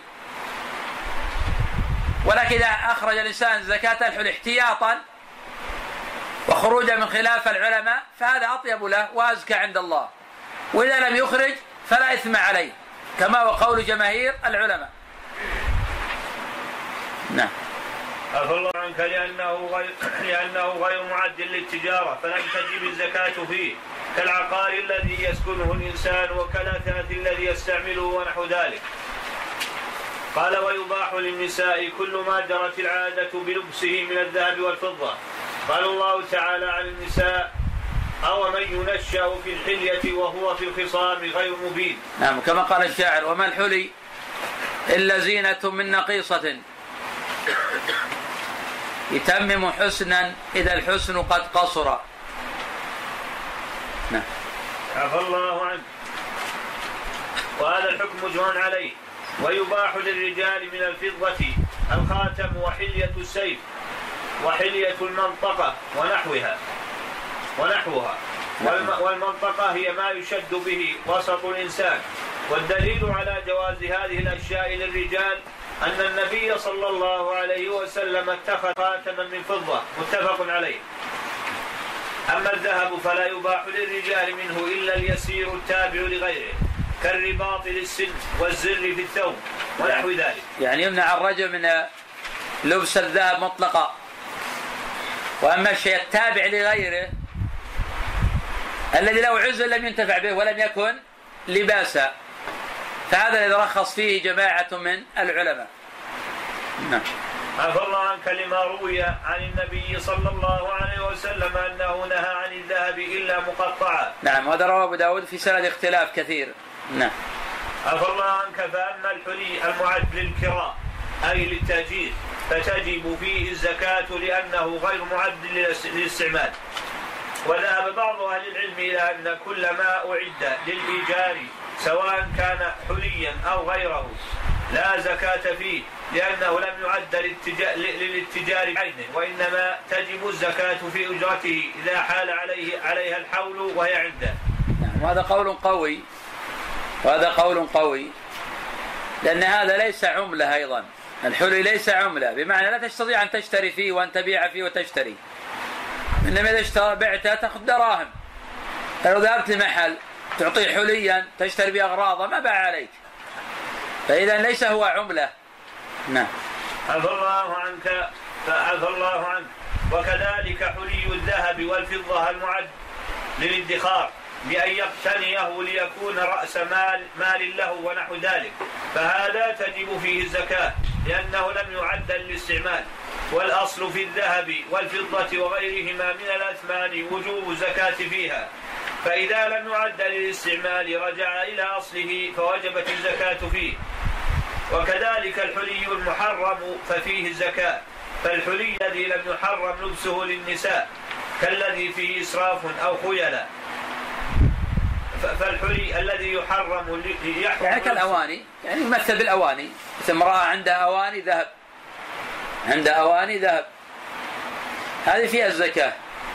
[SPEAKER 2] ولكن إذا أخرج الإنسان زكاة الحلي احتياطا وخروجا من خلاف العلماء فهذا أطيب له وأزكى عند الله، وإذا لم يخرج فلا إثم عليه، كما هو قول جماهير العلماء. نعم.
[SPEAKER 1] عفى الله عنك لأنه غير معد للتجارة فلم تجب الزكاة فيه كالعقار الذي يسكنه الإنسان وكالأثاث الذي يستعمله ونحو ذلك. قال ويباح للنساء كل ما جرت العادة بلبسه من الذهب والفضة. قال الله تعالى عن النساء أو من ينشأ في الحلية وهو في الخصام غير مبين.
[SPEAKER 2] نعم كما قال الشاعر وما الحلي إلا زينة من نقيصة يتمم حسنا إذا الحسن قد قصر. نعم.
[SPEAKER 1] عفى الله عنه. وهذا الحكم مجمع عليه. ويباح للرجال من الفضة الخاتم وحلية السيف وحلية المنطقة ونحوها. والمنطقة هي ما يشد به وسط الإنسان. والدليل على جواز هذه الأشياء للرجال أن النبي صلى الله عليه وسلم اتخذ خاتما من فضة متفق عليه. أما الذهب فلا يباح للرجال منه إلا اليسير التابع لغيره كالرباط للسن والزر في الثوب ونحو ذلك.
[SPEAKER 2] يعني يمنع الرجل من لبس الذهب مطلقا. وأما الشيء التابع لغيره الذي لو عزل لم ينتفع به ولم يكن لباسا فهذا الذي رخص فيه جماعة من العلماء. نعم.
[SPEAKER 1] عفى الله عنك لما روي عن النبي صلى الله عليه وسلم أنه نهى عن الذهب إلا مقطعا.
[SPEAKER 2] نعم وهذا رواه أبو داود في سند اختلاف كثير. نعم.
[SPEAKER 1] عفى الله عنك فأما الحلي المعد للكراء أي للتأجير فتجب فيه الزكاة لأنه غير معد للاستعمال. وذهب بعض أهل العلم إلى أن كل ما أعد للإيجار سواء كان حليا أو غيره لا زكاة فيه لأنه لم يعد للاتجار بعينه وإنما تجب الزكاة في أجرته إذا حال عليها الحول وهي عنده.
[SPEAKER 2] وهذا قول قوي لأن هذا ليس عملة أيضا. الحلي ليس عملة بمعنى لا تستطيع أن تشتري فيه وأن تبيع فيه وتشتري. إنما إذا بعته تأخذ دراهم. لو ذهبت لمحل تعطيه حليا تشتري بأغراضه ما باع عليك فإذا ليس هو عملة. نعم.
[SPEAKER 1] عفى الله عنك. وكذلك حلي الذهب والفضة المعد للادخار بأن يقتنيه ليكون رأس مال له ونحو ذلك فهذا تجب فيه الزكاة لأنه لم يعد للاستعمال. والأصل في الذهب والفضة وغيرهما من الأثمان وجوب الزكاة فيها فإذا لم يعد للاستعمال رجع إلى أصله فوجبت الزكاة فيه. وكذلك الحلي المحرم ففيه الزكاة فالحلي الذي لم يحرم لبسه للنساء كالذي فيه إسراف أو خيلاء فالحلي الذي يحرم
[SPEAKER 2] يعني كالأواني يعني يمثل بالأواني مثل امرأة عندها أواني ذهب هذه فيها الزكاة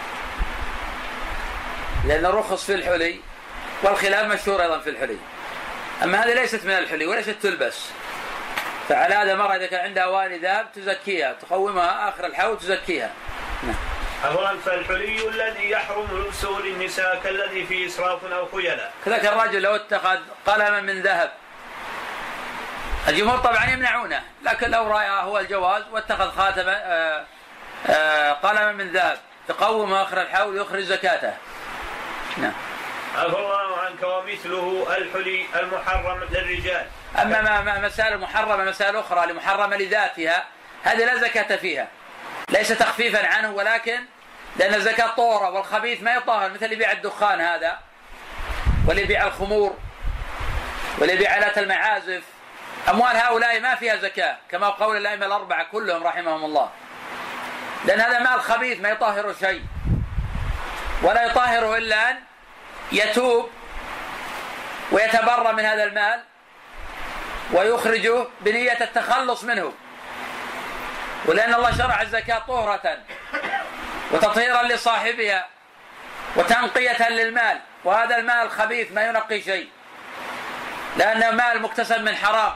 [SPEAKER 2] لأن الرخص في الحلي والخلاف مشهور أيضا في الحلي. أما هذه ليست من الحلي وليست تلبس فعلى هذا مرة إذا كان عندها أواني ذهب تزكيها تقومها آخر الحول تزكيها.
[SPEAKER 1] أولا فالحلي الذي يحرم لبسه للنساء كالذي فيه إسراف أو خيلاء.
[SPEAKER 2] كذلك الرجل لو اتخذ قلما من ذهب الجمهور طبعا يمنعونه لكن لو رأى هو الجواز واتخذ خاتم قلما من ذهب يقوم آخر الحول يخرج زكاته. نعم.
[SPEAKER 1] عفى الله عنك. ومثله الحلي المحرم للرجال.
[SPEAKER 2] أما مسائل المحرمة مسائل أخرى لمحرمة لذاتها هذه لا زكاة فيها ليس تخفيفا عنه ولكن لأن الزكاة طهرة والخبيث ما يطهر مثل اللي يبيع الدخان هذا واللي يبيع الخمور واللي يبيع آلات المعازف أموال هؤلاء ما فيها زكاة كما قول الأئمة الأربعة كلهم رحمهم الله لأن هذا مال خبيث ما يطهر شيء ولا يطهره إلا أن يتوب ويتبرى من هذا المال ويخرجه بنية التخلص منه ولأن الله شرع الزكاة طهرة وتطهيرا لصاحبها وتنقية للمال وهذا المال الخبيث ما ينقي شيء لأنه مال مكتسب من حرام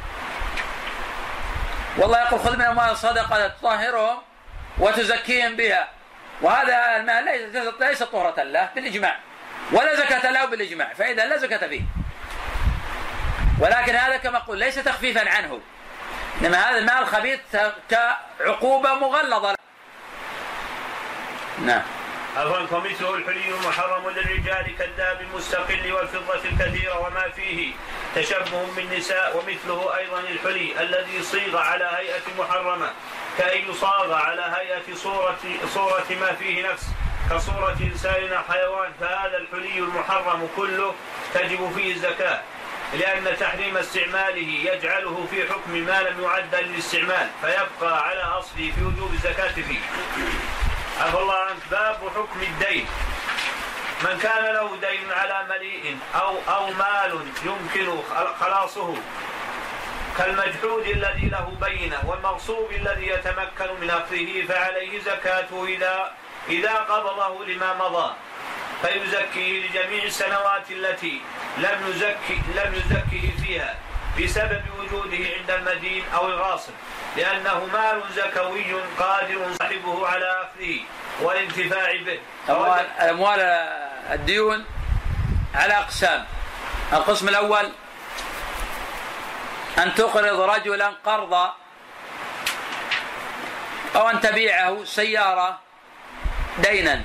[SPEAKER 2] والله يقول خذ من أموال صدقة تطهرهم وتزكيهم بها وهذا المال ليس طهرة له بالإجماع ولا زكاة له بالإجماع فإذا لا زكاة فيه ولكن هذا كما قلت ليس تخفيفا عنه إنما هذا المال الخبيث كعقوبة مغلظة. نعم.
[SPEAKER 1] ومثله الحلي المحرم للرجال كالذهب المستقل والفضة الكثيرة وما فيه تشبه بالنساء. ومثله أيضا الحلي الذي صيغ على هيئة محرمة كأن يصاغ على هيئة صورة ما فيه نفس كصورة إنسان أو حيوان، فهذا الحلي المحرم كله تجب فيه الزكاة، لأن تحريم استعماله يجعله في حكم ما لم يعد للاستعمال فيبقى على أصله في وجوب الزكاة فيه. عفى الله عنك. باب حكم الدين. من كان له دين على مليء أو مال يمكن خلاصه كالمجحود الذي له بينة والمغصوب الذي يتمكن من أخذه فعليه زكاته إذا قبضه لما مضى، فيزكيه لجميع السنوات التي لم يزكه فيها بسبب وجوده عند المدين أو الغاصب، لأنه مال زكوي قادر صاحبه على أخذه والانتفاع به.
[SPEAKER 2] أموال الديون على أقسام. القسم الأول أن تقرض رجلا قرضا أو أن تبيعه سيارة دينا،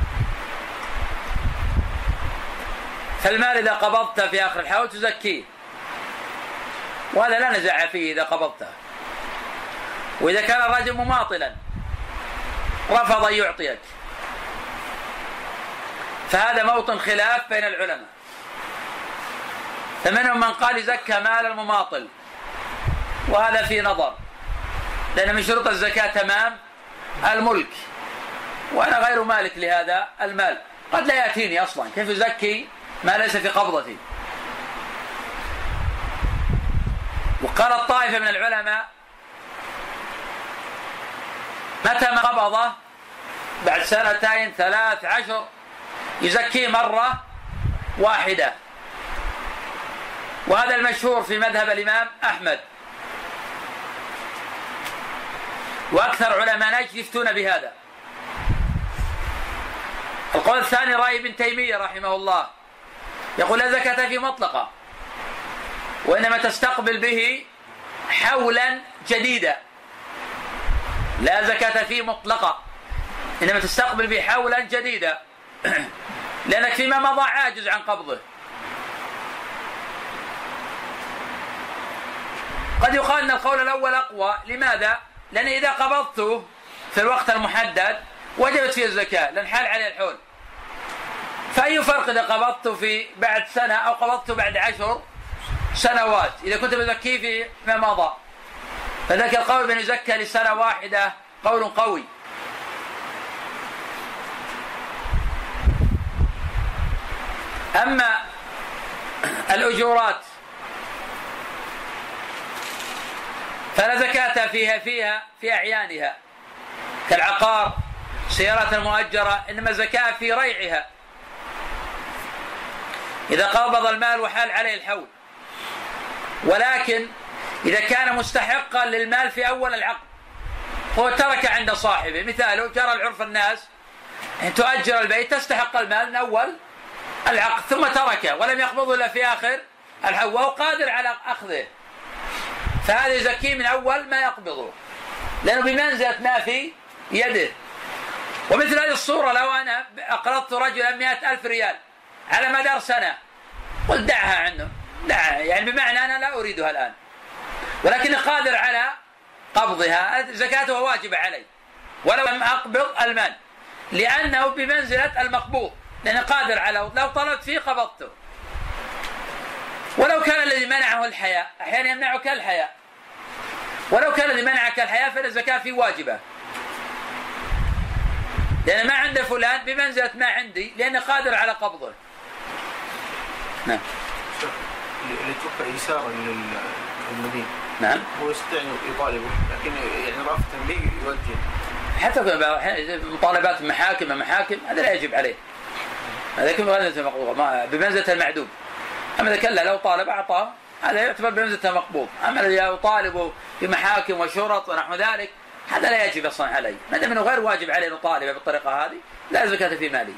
[SPEAKER 2] فالمال إذا قبضته في آخر الحول تزكيه، وهذا لا نزاع فيه إذا قبضته. وإذا كان الرجل مماطلا رفض أن يعطيك فهذا موطن خلاف بين العلماء، فمنهم من قال يزكى مال المماطل، وهذا في نظر، لأن من شروط الزكاة تمام الملك، وأنا غير مالك لهذا المال، قد لا يأتيني أصلا، كيف يزكي ما ليس في قبضتي؟ وقال الطائفة من العلماء متى ما قبضه بعد 2 3 10 يزكيه مرة واحدة، وهذا المشهور في مذهب الإمام أحمد، وأكثر علماء نجد يفتون بهذا. القول الثاني رأي ابن تيمية رحمه الله، يقول لا زكاة في مطلقة، وإنما تستقبل به حولا جديدا، لا زكاة في مطلقة، إنما تستقبل به حولا جديدا، لأنك فيما مضى عاجز عن قبضه. قد يقال أن القول الأول أقوى. لماذا؟ لأن إذا قبضته في الوقت المحدد وجبت فيه الزكاة، لأن حال عليه الحول. فأي فرق إذا قبضته في بعد سنة أو قبضته بعد 10 سنوات إذا كنت بزكيه في ما مضى؟ فذلك القول بأن يزكى لسنة واحدة قول قوي. أما الأجورات فلا زكاة فيها في أعيانها كالعقار، سيارات المؤجرة، إنما زكاة في ريعها إذا قبض المال وحال عليه الحول. ولكن إذا كان مستحقا للمال في أول العقد هو ترك عند صاحبه، مثاله جرى العرف الناس أن تؤجر البيت تستحق المال من أول العقد ثم تركه ولم يقبضه إلا في آخر الحول وهو قادر على أخذه، فهذا يزكيه من أول ما يقبضه لأنه بمنزلة ما في يده. ومثل هذه الصورة لو أنا أقرضت رجلا 100,000 ريال على مدار سنة قلت دعها عنه، دعها، يعني بمعنى أنا لا أريدها الآن ولكن قادر على قبضها، زكاتها واجبة علي ولو لم أقبض المال لأنه بمنزلة المقبوض، لأنه قادر على، لو طلبت فيه قبضته. ولو كان الذي منعه الحياء، أحيانا يمنعك الحياء، ولو كان الذي منعك الحياء فالزكاة فيه واجبة، لأن ما عند فلان بمنزلة ما عندي لأنه قادر على قبضه. نعم.
[SPEAKER 4] اللي توقع يسارا للمدين،
[SPEAKER 2] نعم،
[SPEAKER 4] هو يستطيع يطالبه، لكن يعني رأف التنبيه يوجه
[SPEAKER 2] حتى مطالبات المحاكم هذا لا يجب عليه، هذا بمنزلة المعدوم. أما إذا كان لو طالب أعطاه هذا يعتبر بمنزلة المقبوض. أما الذي يطالبه بمحاكم وشرط ونحو ذلك هذا لا يجب أصلا عليه، ما دام أنه غير واجب عليه نطالبه بالطريقة هذه لا زكاة في مالي.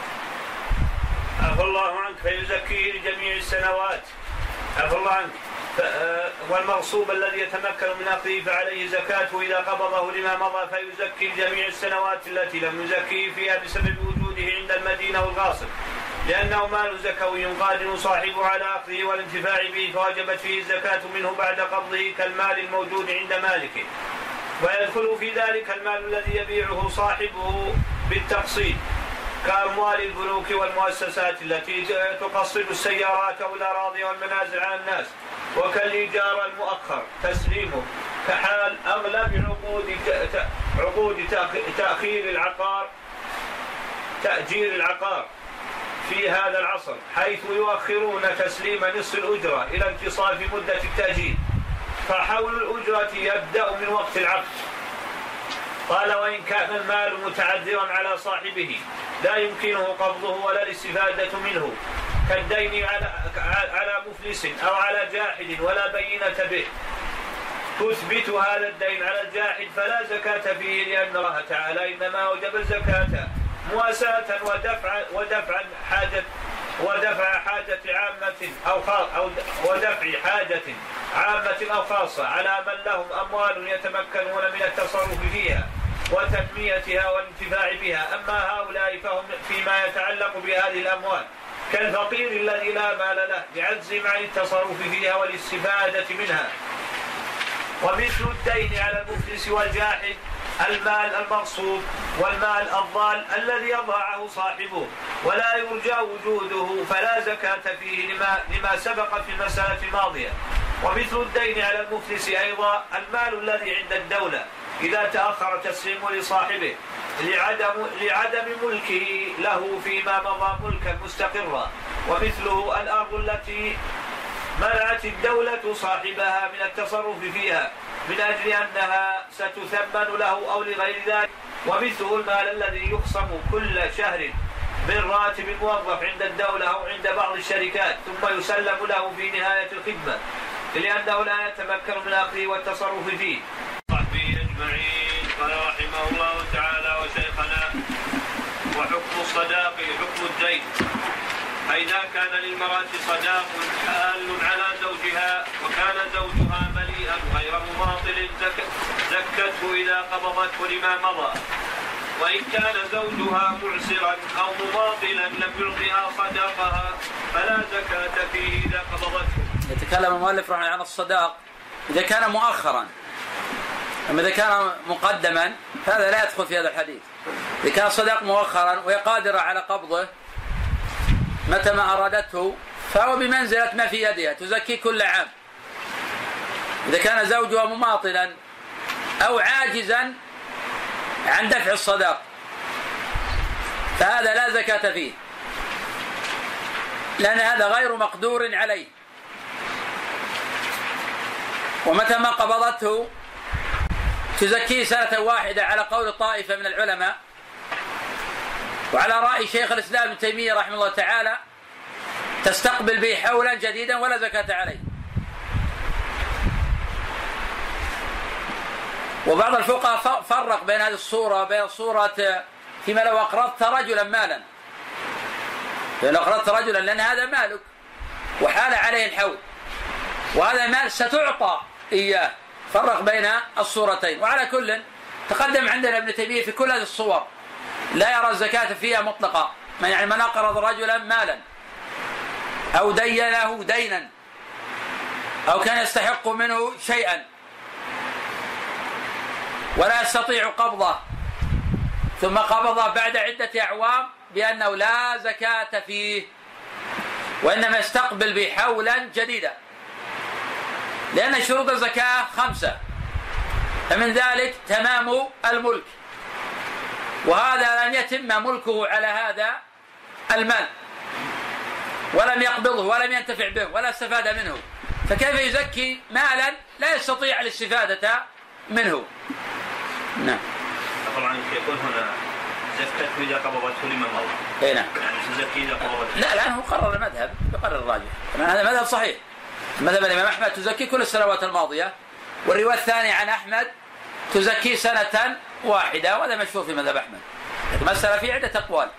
[SPEAKER 1] عفى الله عنك. فيزكيه لجميع السنوات. عفى الله عنك. والمغصوب الذي يتمكن من أخذه فعليه زكاته إذا قبضه لما مضى فيزكي جميع السنوات التي لم يزكيه فيها بسبب وجوده عند المدينة والغاصب، لأنه مال زكوي قادر صاحبه على أخذه والانتفاع به، فوجبت فيه الزكاة منه بعد قبضه كالمال الموجود عند مالكه. ويدخل في ذلك المال الذي يبيعه صاحبه بالتقسيط كأموال البنوك والمؤسسات التي تقسط السيارات والأراضي والمنازل على الناس، وكالإيجار المؤخر تسليمه، كحال أغلب عقود تأجير العقار في هذا العصر، حيث يؤخرون تسليم نصف الأجرة إلى انتصاف مدة التأجير، فحول الأجرة يبدأ من وقت العقد. قال: وإن كان المال متعذرا على صاحبه لا يمكنه قبضه ولا الاستفادة منه، كالدين على مفلس أو على جاحد ولا بينة به، تثبت هذا الدين على الجاحد فلا زكاة فيه، لأن الله تعالى إنما أوجب الزكاة مواساة ودفع حاجة عامة أو خاصة على من لهم أموال يتمكنون من التصرف فيها وتنميتها والانتفاع بها. أما هؤلاء فهم فيما يتعلق بهذه الأموال كالفقير الذي لا مال له لعجزهم عن التصرف فيها والاستفادة منها. ومثل الدين على المفلس والجاحد المال المغصوب والمال الضال الذي يضاعه صاحبه ولا يرجى وجوده فلا زكاة فيه لما سبق في المسألة الماضية. ومثل الدين على المفلس أيضا المال الذي عند الدولة إذا تأخر تسليمه لصاحبه لعدم ملكه له فيما مضى ملكا مستقرا. ومثله الأرض التي منعت الدولة صاحبها من التصرف فيها من أجل أنها ستثمن له أو لغير ذلك. ومثله المال الذي يخصم كل شهر من راتب موظف عند الدولة أو عند بعض الشركات ثم يسلم له في نهاية الخدمة لأنه لا يتمكن من أخذه والتصرف فيه.
[SPEAKER 6] صحبه أجمعين. قال رحمه الله تعالى: وشيخنا وحكم الصداق حكم الدين، فإذا كان للمرأة صداق حال على زوجها وكان زوجها مليئا غير مماطل زكته إذا قبضته لما مضى، وإن كان زوجها معسرا أو مماطلا لم يعطها صداقها فلا زكاة فيه إذا قبضته.
[SPEAKER 2] يتكلم المؤلف رحمه الله عن الصداق إذا كان مؤخرا، أما إذا كان مقدما فهذا لا يدخل في هذا الحديث. إذا كان الصداق مؤخرا وهي قادرة على قبضه متى ما أرادته فهو بمنزلة ما في يدها تزكي كل عام. إذا كان زوجها مماطلا أو عاجزا عن دفع الصداق فهذا لا زكاة فيه، لأن هذا غير مقدور عليه. ومتى ما قبضته تزكيه سنة واحدة على قول طائفة من العلماء، وعلى رأي شيخ الإسلام ابن تيمية رحمه الله تعالى تستقبل به حولا جديدا ولا زكاة عليه. وبعض الفقهاء فرق بين هذه الصورة وبين الصورة فيما لو أقرضت رجلا مالا، لو أقرضت رجلا لأن هذا مالك وحال عليه الحول وهذا مال ستعطى إياه، فرق بين الصورتين. وعلى كل تقدم عندنا ابن تيمية في كل هذه الصور لا يرى الزكاة فيها مطلقة، يعني من أقرض رجلا مالا أو دينه دينا أو كان يستحق منه شيئا ولا يستطيع قبضه ثم قبضه بعد عدة أعوام بأنه لا زكاة فيه، وإنما يستقبل به حولا جديدا، لأن شروط الزكاة 5، فمن ذلك تمام الملك، وهذا لم يتم ملكه على هذا المال ولم يقبضه ولم ينتفع به ولا استفاد منه، فكيف يزكي مالا لا يستطيع الاستفادة منه؟ نعم.
[SPEAKER 1] طبعا يقول هنا زكاة إذا قبضته لمن مضى.
[SPEAKER 2] نعم.
[SPEAKER 1] يعني تزكي إذا قبضته.
[SPEAKER 2] لا لأنه قرر المذهب يقرر الراجح، هذا مذهب صحيح. مذهب الإمام أحمد تزكي كل السنوات الماضية، والرواية الثانية عن أحمد تزكي سنة واحدة، وهذا مشهور في مذهب أحمد. المسألة في عدة أقوال.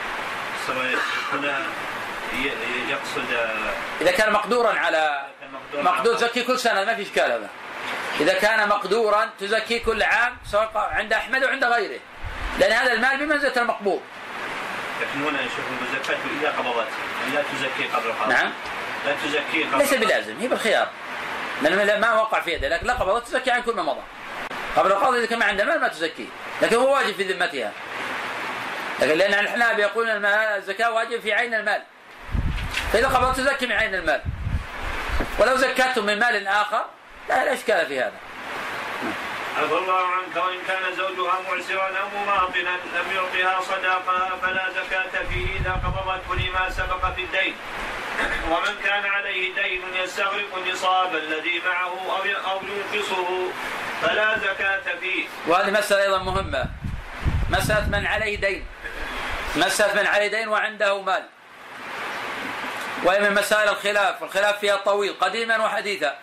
[SPEAKER 1] هنا يقصد
[SPEAKER 2] إذا كان مقدورا مقدور تزكي كل سنة ما في إشكال هذا. إذا كان مقدورا تزكي كل عام سواء عند أحمد وعند غيره، لأن هذا المال بمنزلة المقبوض.
[SPEAKER 1] لكن هنا يشوف الزكاة إذا قبضت لا تزكي قبل القبض.
[SPEAKER 2] نعم.
[SPEAKER 1] لا تزكي قبل
[SPEAKER 2] ليس بلازم، هي بالخيار، لأن ما وقع في يده، لكن لا قبضت تزكي عن كل ما مضى. قبل القبض إذا كان ما عنده مال ما تزكي، لكن هو واجب في ذمتها. لكن لأن الحنابلة يقولون الزكاة واجب في عين المال، فإذا قبضت تزكي من عين المال، ولو زكته من مال آخر لا إشكال في هذا.
[SPEAKER 1] عفى الله عنك. وإن كان زوجها معسرا أو مماطنا لم يعطها صداقها فلا زكاة فيه إذا قبضته لما سبق في الدين. ومن كان عليه دين يستغرق النصاب الذي معه أو ينقصه فلا زكاة فيه.
[SPEAKER 2] وهذه مسألة أيضا مهمة، مسألة من عليه دين، مسألة من عليه دين وعنده مال، وهي من مسائل الخلاف، والخلاف فيها طويل قديما وحديثا.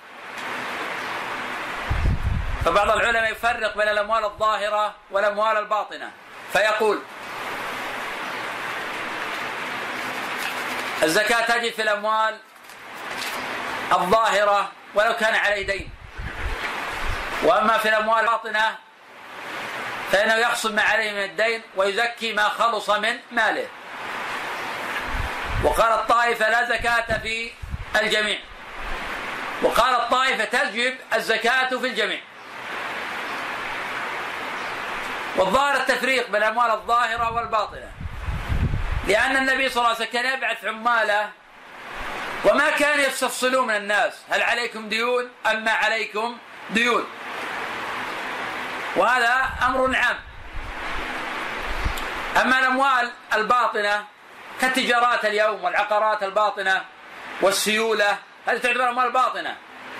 [SPEAKER 2] فبعض العلماء يفرق بين الأموال الظاهرة والأموال الباطنة، فيقول الزكاة تجب في الأموال الظاهرة ولو كان عليه دين، وأما في الأموال الباطنة فإنه يخصم ما عليه من الدين ويزكي ما خلص من ماله. وقال الطائفة لا زكاة في الجميع، وقال الطائفة تجب الزكاة في الجميع. والظاهر التفريق بين الأموال الظاهرة والباطنة، لأن النبي صلى الله عليه وسلم كان يبعث عماله وما كان يستفصلون من الناس هل عليكم ديون أم ما عليكم ديون، وهذا أمر عام. أما الأموال الباطنة كالتجارات اليوم والعقارات الباطنة والسيولة، هذه تعتبر أموال باطنة،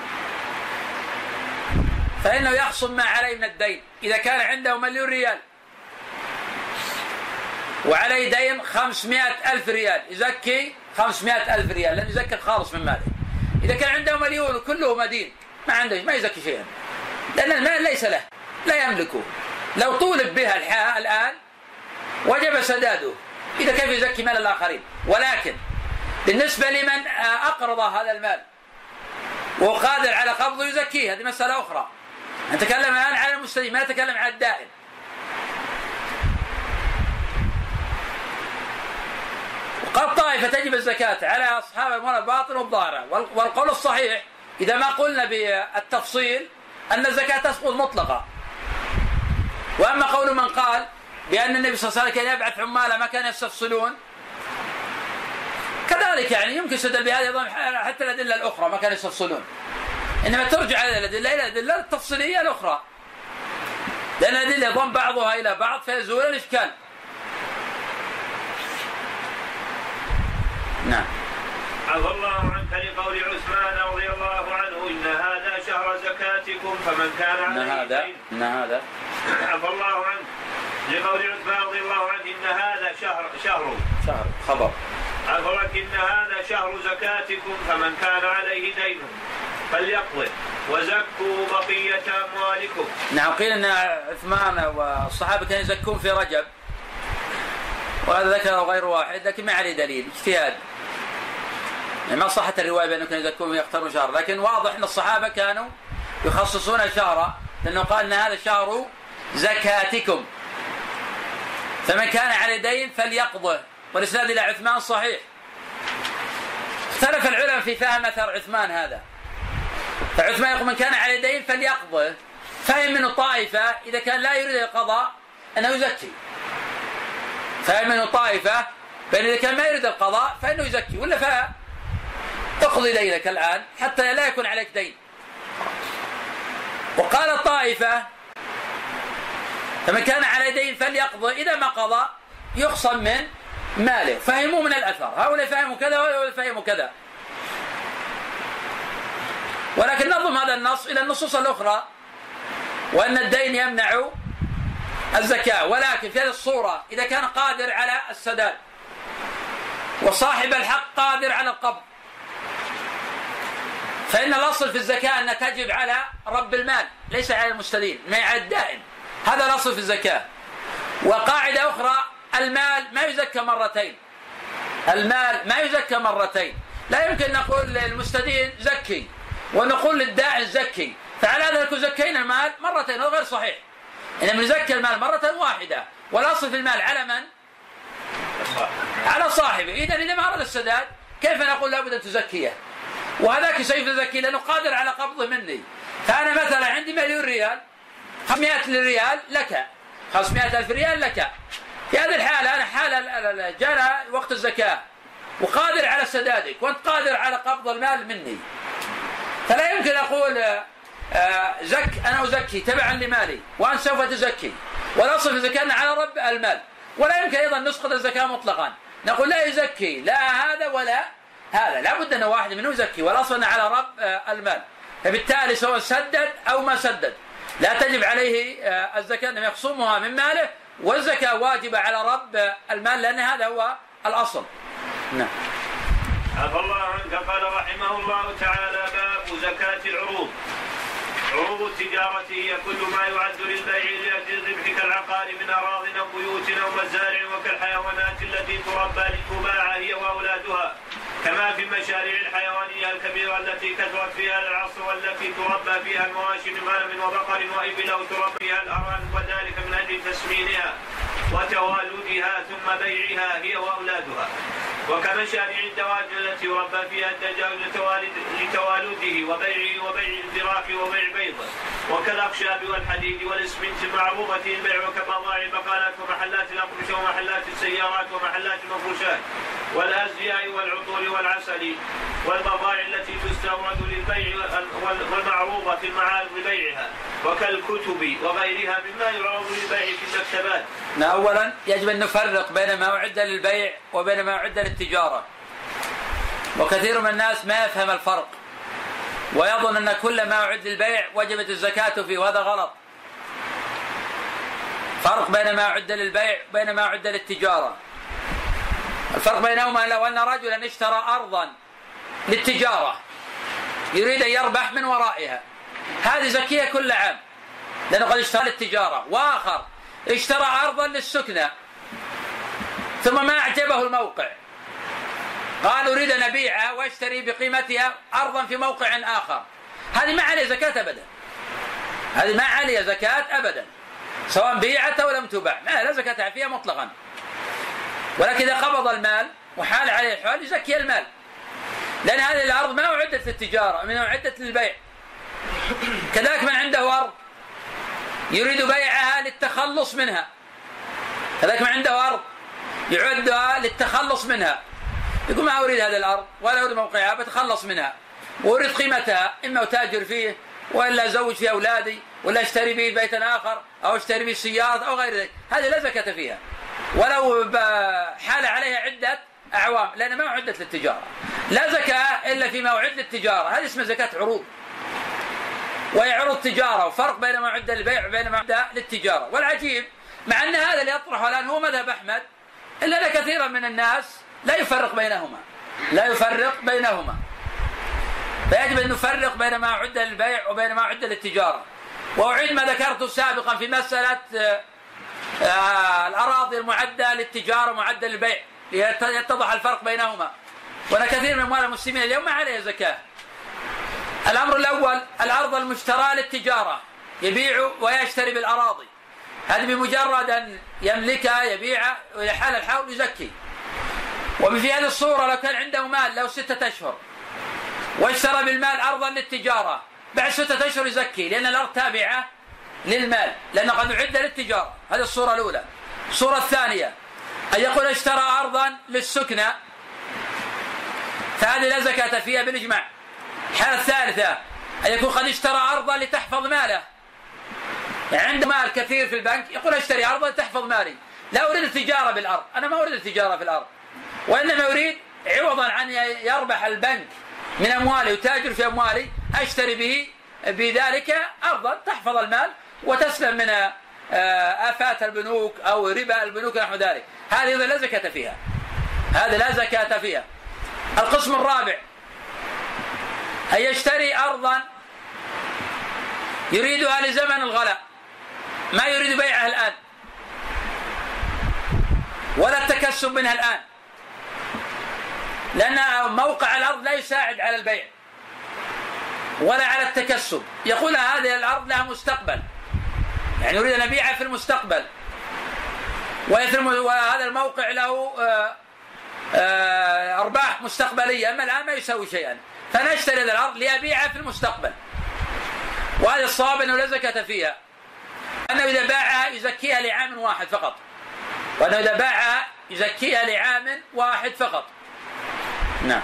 [SPEAKER 2] فإنه يخصم ما عليه من الدين. إذا كان عنده 1,000,000 ريال وعليه دين 500,000 ريال يزكي 500,000 ريال، لأنه يزكي الخالص من ماله. إذا كان عنده 1,000,000 وكله مدين ما يزكي شيئا، لأن المال ليس له، لا يملكه. لو طولب بها الآن وجب سداده، إذا كيف يزكي مال الآخرين. ولكن بالنسبة لمن أقرض هذا المال وقادر على قبضه يزكيه، هذه مسألة أخرى. نتكلم الآن على المستدين، ما نتكلم على الدائن. وقال طائفة تجب الزكاة على أصحاب الأموال الباطنة والظاهرة، والقول الصحيح إذا ما قلنا بالتفصيل أن الزكاة تسقط مطلقة. وأما قول من قال بأن النبي صلى الله عليه وسلم كان يبعث عماله ما كان يستفصلون، كذلك يعني يمكن استدل بهذا أيضا حتى الأدلة الأخرى ما كانوا يستفصلون، إنما ترجع إلى الأدلة التفصيلية الأخرى، لأن الأدلة يضم بعضها إلى بعض فيزول الإشكال. نعم.
[SPEAKER 1] عفى الله عنك لقول عثمان رضي الله عنه إن هذا شهر زكاتكم فمن كان عليه دين.
[SPEAKER 2] إن هذا
[SPEAKER 1] عفى الله عنك لقول عثمان رضي الله عنه إن هذا شهر
[SPEAKER 2] خبر.
[SPEAKER 1] عفى الله إن هذا شهر زكاتكم فمن كان عليه دين فليقضه وزكوا بقية أموالكم.
[SPEAKER 2] نعم. قيل أن عثمان والصحابة كانوا يزكون في رجب، وهذا ذكره غير واحد، لكن ما عليه دليل، اجتهاد. ما صحت الرواية بأنهم كانوا يزكون ويختارون شهر، لكن واضح أن الصحابة كانوا يخصصون شهرا، لأنه قال أن هذا شهر زكاتكم فمن كان عليه دين فليقضه، والإسناد إلى عثمان صحيح. اختلف العلماء في فهم أثر عثمان هذا، فعثمان يقول من كان عليه دين فليقضه، فهم منه طائفة إذا كان لا يريد القضاء أنه يزكي، فهم منه طائفة بأن إذا كان ما يريد القضاء فإنه يزكي، ولا تقضي دينك الآن حتى لا يكون عليك دين. وقال الطائفة فمن كان عليه دين فليقضي، إذا ما قضى يخصم من ماله. فهموا من الأثر، هؤلاء فهموا كذا وهؤلاء فهموا كذا، ولكن نظم هذا النص إلى النصوص الأخرى، وأن الدين يمنع الزكاة، ولكن في هذه الصورة إذا كان قادر على السداد وصاحب الحق قادر على القبض، فإن الأصل في الزكاة أن تجب على رب المال ليس على المستدين، ما على الدائن. هذا الأصل في الزكاة. وقاعدة أخرى، المال ما يزكى مرتين، المال ما يزكى مرتين. لا يمكن نقول للمستدين زكي ونقول للداعي زكي، فعلى هذا نكون زكينا المال مرتين، وغير صحيح. إنما نزكي المال مرة واحدة، والأصل في المال على من؟ على صاحبه. إذا ما أراد السداد كيف نقول لابد أن تزكيه؟ وهذاك سيف تزكي لأنه قادر على قبضه مني. فأنا مثلا عندي 1,000,000 ريال، 500 ريال لك، 500,000 ريال لك. في هذه الحالة أنا حالة جاء وقت الزكاة وقادر على سدادك، وأنت قادر على قبض المال مني، فلا يمكن أقول أنا أزكي تبعا لمالي وأنت سوف تزكي، والأصل في الزكاة على رب المال. ولا يمكن أيضا نسقط الزكاة مطلقا، نقول لا يزكي لا هذا ولا هذا، لا بد أن واحد منه يزكي، والأصل على رب المال. فبالتالي سواء سدد أو ما سدد لا تجب عليه الزكاة، أنه يخصمها من ماله، والزكاة واجبة على رب المال، لأن هذا هو الأصل. نعم.
[SPEAKER 6] عفى الله عنك. قال رحمه الله تعالى: باب زكاة العروض. عروض التجارة هي كل ما يعد للبيع لأجل الربح كالعقار من أراض أو بيوت أو مزارع، وكالحيوانات التي تربى لتباع هي وأولادها، كما في المشاريع الحيوانية الكبيرة التي كثرت فيها العصر، والتي تربى فيها المواشي من غنم وبقر وإبل، أو تربى فيها الأرانب، وذلك من أجل تسمينها وتوالدها ثم بيعها هي وأولادها. وكمشاريع الدواجن التي يربى فيها الدجاج لتوالده وبيعه وبيع الفراخ وبيع بيضه، وكالأخشاب والحديد والإسمنت المعروضة البيع، وكبضائع البقالات ومحلات الأقمشة ومحلات السيارات ومحلات المفروشات والأزياء والعطور والعسل، والبضائع التي تستورد للبيع والمعروضة في المعارض بيعها، وكالكتب وغيرها مما يعرض للبيع في المكتبات.
[SPEAKER 2] أولا يجب أن نفرق بين ما أعد للبيع وبين ما أعد للتجارة، وكثير من الناس ما يفهم الفرق ويظن أن كل ما أعد للبيع وجبت الزكاة فيه، وهذا غلط. فرق بين ما أعد للبيع وبين ما أعد للتجارة. الفرق بينهما لو أن رجلا اشترى أرضا للتجارة يريد أن يربح من ورائها، هذه زكية كل عام لأنه قد اشترى للتجارة، وآخر اشترى أرضا للسكنة ثم ما أعجبه الموقع، قال أريد أن أبيعها واشتري بقيمتها أرضا في موقع آخر، هذه ما عليه زكاة أبدا، هذه ما عليه زكاة أبدا، سواء بيعت أو لم تباع لا زكاة فيها مطلقا. ولكن إذا قبض المال وحال عليه الحال يزكي المال، لأن هذه الأرض ما أعدت للتجارة، من أعدت للبيع. كذلك من عنده أرض يريد بيعها للتخلص منها، كذلك من عنده أرض يعدها للتخلص منها، يقول ما أريد هذه الأرض ولا أريد موقعها، بتخلص منها وأريد قيمتها، إما أتاجر فيه وإلا أزوج فيه أولادي ولا أشتري به بيتا آخر أو أشتري به سيارة أو غير ذلك، هذه لا زكاة فيها ولو حال عليها عدة أعوام، لأن ما أعدت للتجارة. لا زكاة إلا فيما أعد للتجارة، هذه اسمها زكاة عروض، وهي عروض تجارة، وفرق بين ما أعد للبيع وبين ما أعد للتجارة. والعجيب مع أن هذا اللي يطرحه الآن هو مذهب أحمد، إلا أن كثيرا من الناس لا يفرق بينهما، فيجب أن نفرق بين ما أعد للبيع وبين ما أعد للتجارة. وأعيد ما ذكرته سابقا في مسألة الأراضي المعدة للتجارة ومعدة للبيع ليتضح الفرق بينهما. وأنا كثير من أموال المسلمين اليوم ما عليها زكاة. الأمر الأول الأرض المشترى للتجارة، يبيع ويشتري بالأراضي، هذه بمجرد أن يملكها يبيعها ويحال الحول يزكي. وفي هذه الصورة لو كان عنده مال له 6 أشهر واشترى بالمال أرضا للتجارة، بعد 6 أشهر يزكي، لأن الأرض تابعة للمال، لأنه قد يعد للتجارة. هذه الصورة الأولى. الصورة الثانية أن يقول اشترى أرضا للسكنة، فهذه لا زكاة فيها بالإجماع. الحالة الثالثة أن يكون قد اشترى أرضا لتحفظ ماله، يعني عنده مال كثير في البنك يقول اشتري أرضا لتحفظ مالي، لا أريد التجارة بالأرض، أنا ما أريد التجارة في الأرض، وإنما أريد عوضا عن يربح البنك من أموالي وتاجر في أموالي أشتري به بذلك أرضا تحفظ المال وتسلم من آفات البنوك أو ربا البنوك نحو ذلك، هذه لا زكاة فيها، هذا لا زكاة فيها. القسم الرابع أن يشتري أرضا يريدها لزمن الغلاء، ما يريد بيعها الآن ولا التكسب منها الآن، لأن موقع الأرض لا يساعد على البيع، ولا على التكسب. يقول هذه الأرض لها مستقبل، يعني يريد أن يبيعها في المستقبل، وهذا الموقع له أرباح مستقبلية، أما الآن ما يسوي شيئا، فنشتري هذه الأرض ليبيعها في المستقبل. وهذا الصواب أنه لا زكاة فيها، أنه إذا باعها يزكيها لعام واحد فقط، وأنه إذا باعها يزكيها لعام واحد فقط. نعم.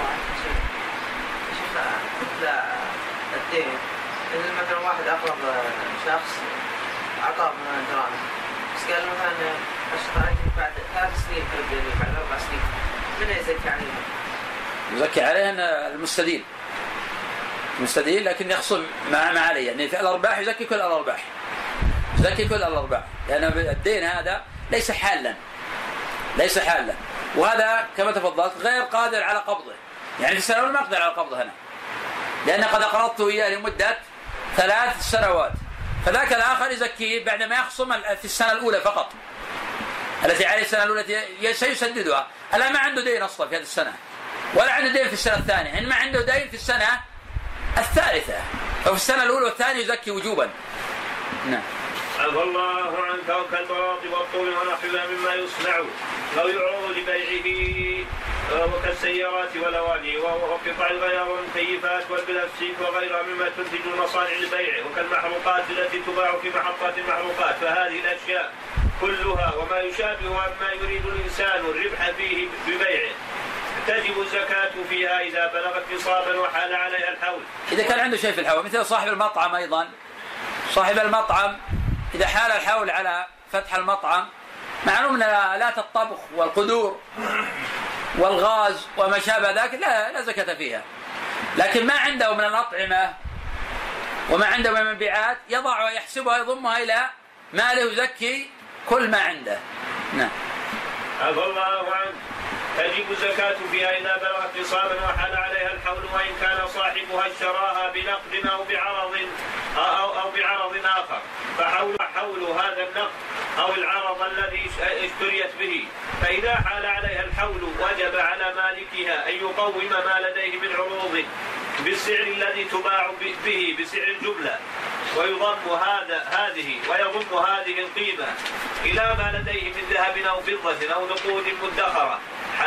[SPEAKER 7] مثل الدين، إذا مثلا واحد أقرض شخص أعطاه مثلا دراهم، بس قال مثلا أشتريت بعد 3 سنين تبدأ بعد 4 سنين، من يزكي عليه؟
[SPEAKER 2] يزكي عليه المستدين، لكن يخصم ما عليه، يعني في الأرباح يزكي كل الأرباح، لأن الدين هذا ليس حالا، وهذا كما تفضلت غير قادر على قبضه، يعني في السنة الأولى ما يقدر على قبضه هنا، لأن قد أقرضته إياه لمدة 3 سنوات، فذاك الآخر يزكيه بعدما يخصم في السنة الأولى فقط التي عليه السنة الأولى التي سيسددها. ألا ما عنده دين أصلا في هذه السنة، ولا عنده دين في السنة الثانية، يعني ما عنده دين في السنة الثالثة، ففي السنة الأولى والثانية يزكي وجوبا. نعم.
[SPEAKER 6] عفى الله عنك كالبراط والطول ونحوها مما يصنع أو يعرض لبيعه وكالسيارات والأواني وقطع الغيار والمكيفات والبلاستيك وغيرها مما تنتج المصانع لبيعه، وكالمحروقات التي تباع في محطات المحروقات، فهذه الأشياء كلها وما يشابهها مما يريد الإنسان الربح فيه ببيعه تجب الزكاة فيها إذا بلغت نصابا وحال عليها الحول.
[SPEAKER 2] إذا كان عنده شيء في الحول، مثل صاحب المطعم أيضا، صاحب المطعم إذا حال الحول على فتح المطعم، معلوم أن آلات الطبخ والقدور والغاز وما شابه ذلك لا زكاة فيها، لكن ما عنده من الأطعمة وما عنده من المبيعات يضع ويحسبها يضمها إلى ماله يزكي كل ما عنده. نعم.
[SPEAKER 6] عفى الله عنك. تجب الزكاة فيها إذا بلغت نصابا وحال عليها الحول، وإن كان صاحبها اشتراها بنقد أو بعرض آخر، فحول هذا النقد أو العرض الذي اشتريت به، فإذا حال عليها الحول وجب على مالكها أن يقوم ما لديه من عروض بالسعر الذي تباع به بسعر الجملة، ويضم هذه القيمة إلى ما لديه من ذهب أو فضة أو نقود مدخرة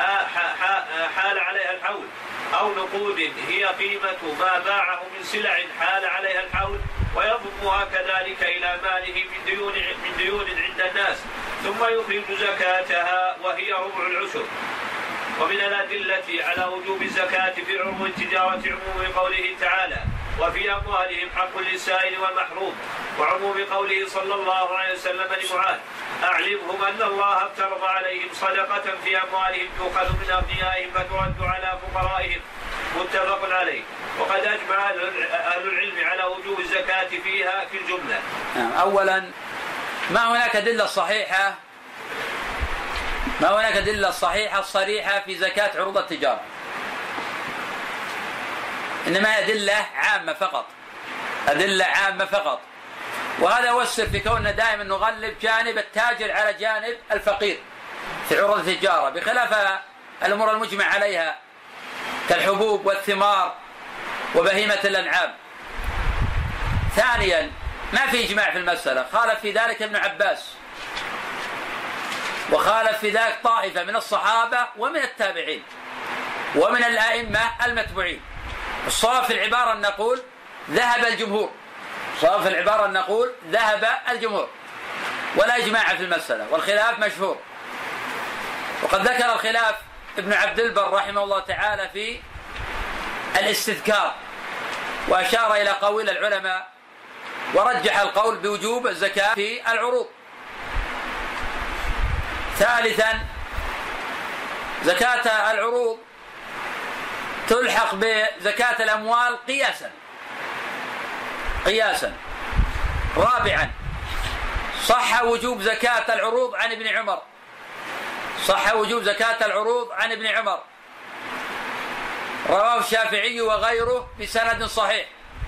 [SPEAKER 6] حال عليها الحول، أو نقود هي قيمة ما باعه من سلع حال عليها الحول، ويضمها كذلك إلى ماله من ديون عند الناس، ثم يخرج زكاتها وهي ربع العشر. ومن الأدلة على وجوب الزكاة في عروض التجارة عموم قوله تعالى: وفي أموالهم حق للسائل والمحروم، وعموم قوله صلى الله عليه وسلم لمعاذ: أعلمهم أن الله افترض عليهم صدقة في أموالهم تؤخذ من أغنيائهم فترد على فقرائهم، متفق عليه. وقد أجمع أهل العلم على وجوب الزكاة فيها في الجملة.
[SPEAKER 2] أولا ما هناك أدلة صحيحة الصريحة في زكاة عروض التجارة، إنما أدلة عامة فقط، وهذا هو السر في كوننا دائما نغلب جانب التاجر على جانب الفقير في عروض التجارة، بخلاف الأمور المجمع عليها كالحبوب والثمار وبهيمة الأنعام. ثانيا ما في إجماع في المسألة، خالف في ذلك ابن عباس، وخالف في ذلك طائفة من الصحابة ومن التابعين ومن الأئمة المتبوعين. الصواب في العبارة أن نقول ذهب الجمهور، ولا إجماع في المسألة، والخلاف مشهور. وقد ذكر الخلاف ابن عبد البر رحمه الله تعالى في الاستذكار، وأشار إلى قول العلماء، ورجح القول بوجوب الزكاة في العروض. ثالثا زكاة العروض تلحق بزكاة الأموال قياسا. رابعا صح وجوب زكاة العروض عن ابن عمر، رواه الشافعي وغيره بسند صحيح.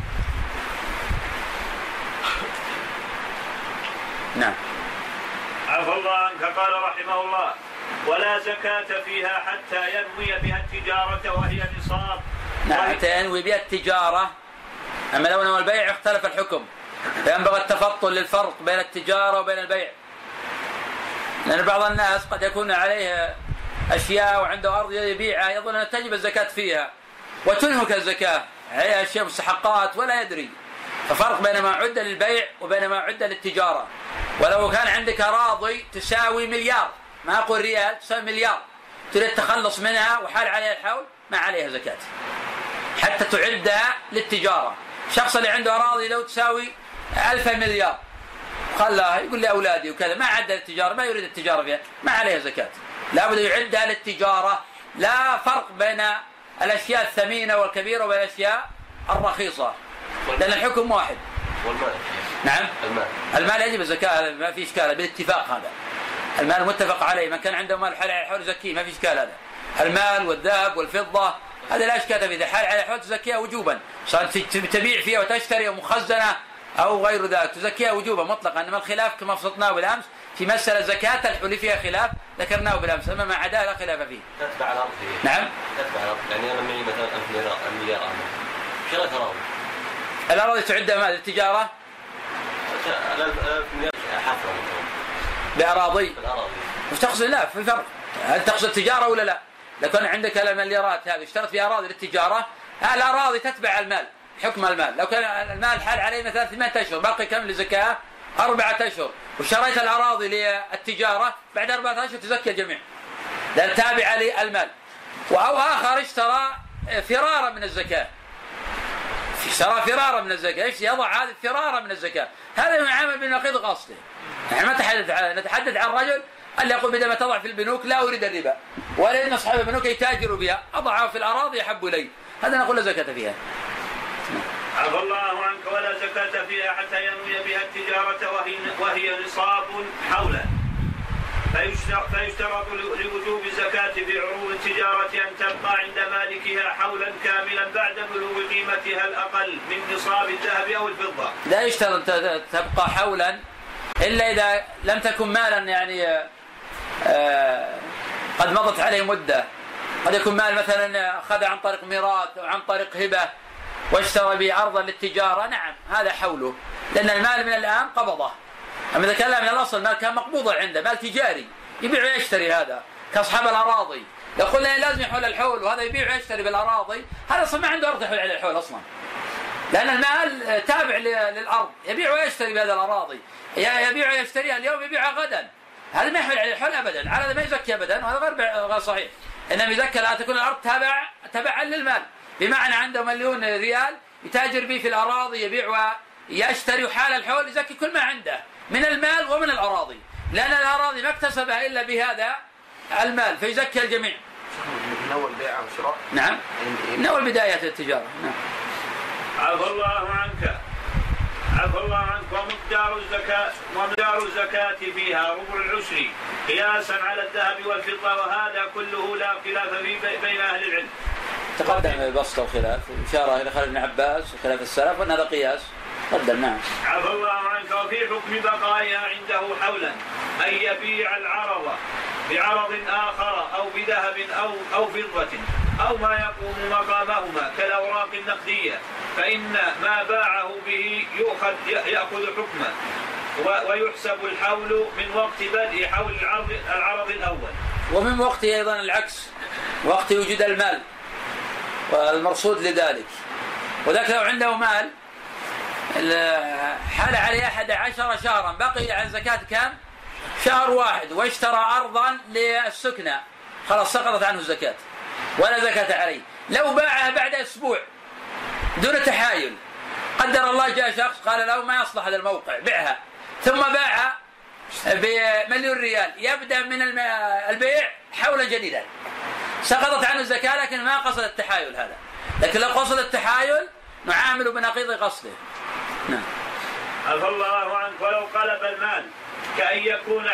[SPEAKER 2] نعم.
[SPEAKER 6] عفى الله عنك. قال رحمه الله: ولا زكاة فيها حتى ينوي بها التجارة وهي نصاب.
[SPEAKER 2] نعم، حتى ينوي بها التجارة أما لو نوى البيع اختلف الحكم، فينبغي التفطن للفرق بين التجارة وبين البيع، لأن بعض الناس قد يكون عليه أشياء وعنده أرض يبيعها يظن أن تجب الزكاة فيها وتنهك الزكاة، عليها أشياء مستحقات ولا يدري. ففرق بين ما عد للبيع وبين ما عد للتجارة. ولو كان عندك أراضي تساوي مليار، ما أقول ريال، تساوي مليار، تريد التخلص منها وحال عليها الحول، ما عليها زكاة حتى تعدها للتجارة. الشخص اللي عنده أراضي لو تساوي 1000 مليار خلاها يقول لي أولادي وكذا، ما عدها للتجارة، ما يريد التجارة فيها، ما عليها زكاة، لابد يعدها للتجارة. لا فرق بين الأشياء الثمينة والكبيرة وبين الأشياء الرخيصة، لأن الحكم واحد.
[SPEAKER 8] والمال.
[SPEAKER 2] نعم.
[SPEAKER 8] المال
[SPEAKER 2] يجب الزكاة، ما في إشكال بالاتفاق. هذا المال متفق عليه، من كان عنده مال حال على الحول زكيه، ما في إشكال. هذا المال والذهب والفضة هذا لا إشكال فيه، حال على الحول تزكيها وجوبا، صار تبيع فيها وتشتري مخزنة أو غير ذلك تزكيها وجوبا مطلقا. إنما الخلاف كما فصلناه بالأمس في مسألة زكاة الحول فيها خلاف ذكرناه بالأمس، أما ما عداه لا خلاف فيه.
[SPEAKER 8] تتبع الأرض فيه.
[SPEAKER 2] نعم.
[SPEAKER 8] تتبع الأرض، يعني أنا معي مثلا 1000 مليار شريت أراضي.
[SPEAKER 2] الأراضي تعدها مال التجارة؟
[SPEAKER 8] 1000 مليار حفرة
[SPEAKER 2] بأراضي. وتقصد لا في فرق، هل تقصد التجارة ولا لا؟ لو كان عندك المليارات هذه اشترت في أراضي للتجارة، الأراضي تتبع المال، حكم المال. لو كان المال حال عليه مثلا 8 أشهر باقي كم للزكاة 4 أشهر، وشريت الأراضي للتجارة بعد 4 أشهر تزكي الجميع، لأن تابع للمال. أو آخر اشترى فرارا من الزكاة، اشترى فرارا من الزكاة، ايش يضع هذه فرارا من الزكاة، هذا يعامل بالنقيض قصده. نحن ما نتحدث عن رجل اللي يقول بدل ما تضع في البنوك لا أريد الربا، ولا إن أصحاب البنوك يتاجروا بها، أضعها في الأراضي يحب إلي، هذا نقول لا زكاة فيها.
[SPEAKER 6] عفى الله عنك ولا زكاة فيها حتى ينوي بها التجارة وهي نصاب حولا. فيشترط لوجوب الزكاة في عروض التجارة أن تبقى عند مالكها حولا كاملا بعد بلوغ قيمتها الأقل من نصاب الذهب أو الفضة.
[SPEAKER 2] لا يشترط تبقى حولا إلا إذا لم تكن مالا يعني قد مضت عليه مدة. قد يكون مال مثلا أخذ عن طريق ميراث أو عن طريق هبة واشترى به أرضا للتجارة، نعم هذا حوله، لأن المال من الآن قبضه. أما إذا كان من الأصل المال كان مقبوضا عنده، مال تجاري يبيع ويشتري، هذا كأصحاب الأراضي لو قلنا لازم يحول الحول وهذا يبيع ويشتري بالأراضي، هذا أصلا ما عنده أرض يحول على الحول أصلا، لأن المال تابع للأرض، يبيع ويشتري بهذه الأراضي، يبيع ويشتريها اليوم يبيعها غدا، هذا ما يحول على الحول أبدا، على هذا ما يزكي أبدا، وهذا غير صحيح. إنما يزكى لا تكون الأرض تبعا للمال، بمعنى عنده 1,000,000 ريال يتاجر به في الأراضي، يبيع ويشتري، وحال الحول يزكي كل ما عنده من المال ومن الأراضي، لأن الأراضي ما اكتسبها إلا بهذا المال، فيزكي الجميع.
[SPEAKER 4] من أول بيع أو شراء؟
[SPEAKER 2] نعم، من أول بداية التجارة. نعم.
[SPEAKER 6] عفى الله عنك ومقدار الزكاة فيها ربع العشر قياسا على الذهب والفضة، وهذا كله لا خلاف فيه بين أهل العلم.
[SPEAKER 2] تقدم البسط الخلاف إشارة إلى خالد بن عباس وخلاف السلف وأن هذا قياس قدم. نعم.
[SPEAKER 6] عفى الله عنك. وفي حكم بقائها عنده حولا أن يبيع العرض بعرض آخر أو بذهب أو فضة أو ما يقوم مقامهما كالأوراق النقدية، فإن ما باعه به يأخذ حكمه ويحسب الحول من وقت بدء حول العرض الأول، ومن
[SPEAKER 2] وقته أيضا العكس، وقت وجود المال والمرصود لذلك. وذلك لو عنده مال حال عليه 11 شهرا بقي عن زكاة كم؟ شهر واحد، واشترى أرضا للسكنة، خلاص سقطت عنه الزكاة ولا زكاة عليه. لو باعها بعد أسبوع دون تحايل، قدر الله جاء شخص قال له ما يصلح هذا الموقع بعها، ثم باعها ب1,000,000 ريال، يبدأ من البيع حولا جديدا، سقطت عنه الزكاة لكن ما قصد التحايل هذا. لكن لو قصد التحايل نعامل بنقيض قصده. نعم.
[SPEAKER 6] عفى الله عنك. ولو قلب المال كأن يكون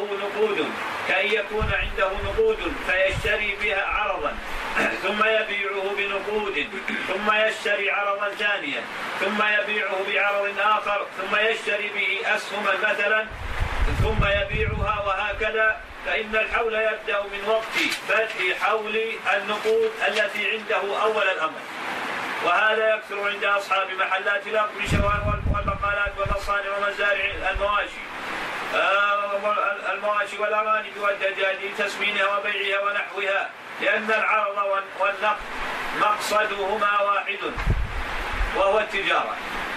[SPEAKER 6] عنده نقود فيشتري بها عرضا ثم يبيعه بنقود، ثم يشتري عرضا ثانيا، ثم يبيعه بعرض آخر، ثم يشتري به أسهما مثلا، ثم يبيعها، وهكذا، فإن الحول يبدأ من وقت بدء حول النقود التي عنده أول الأمر.
[SPEAKER 1] وهذا يكثر عند أصحاب محلات الأرض من شوارع والبقالات والمصانع ومزارع المواشي والأرانب والدجاج لتسمينها وبيعها ونحوها، لأن العرض والنقد مقصدهما واحد وهو التجارة.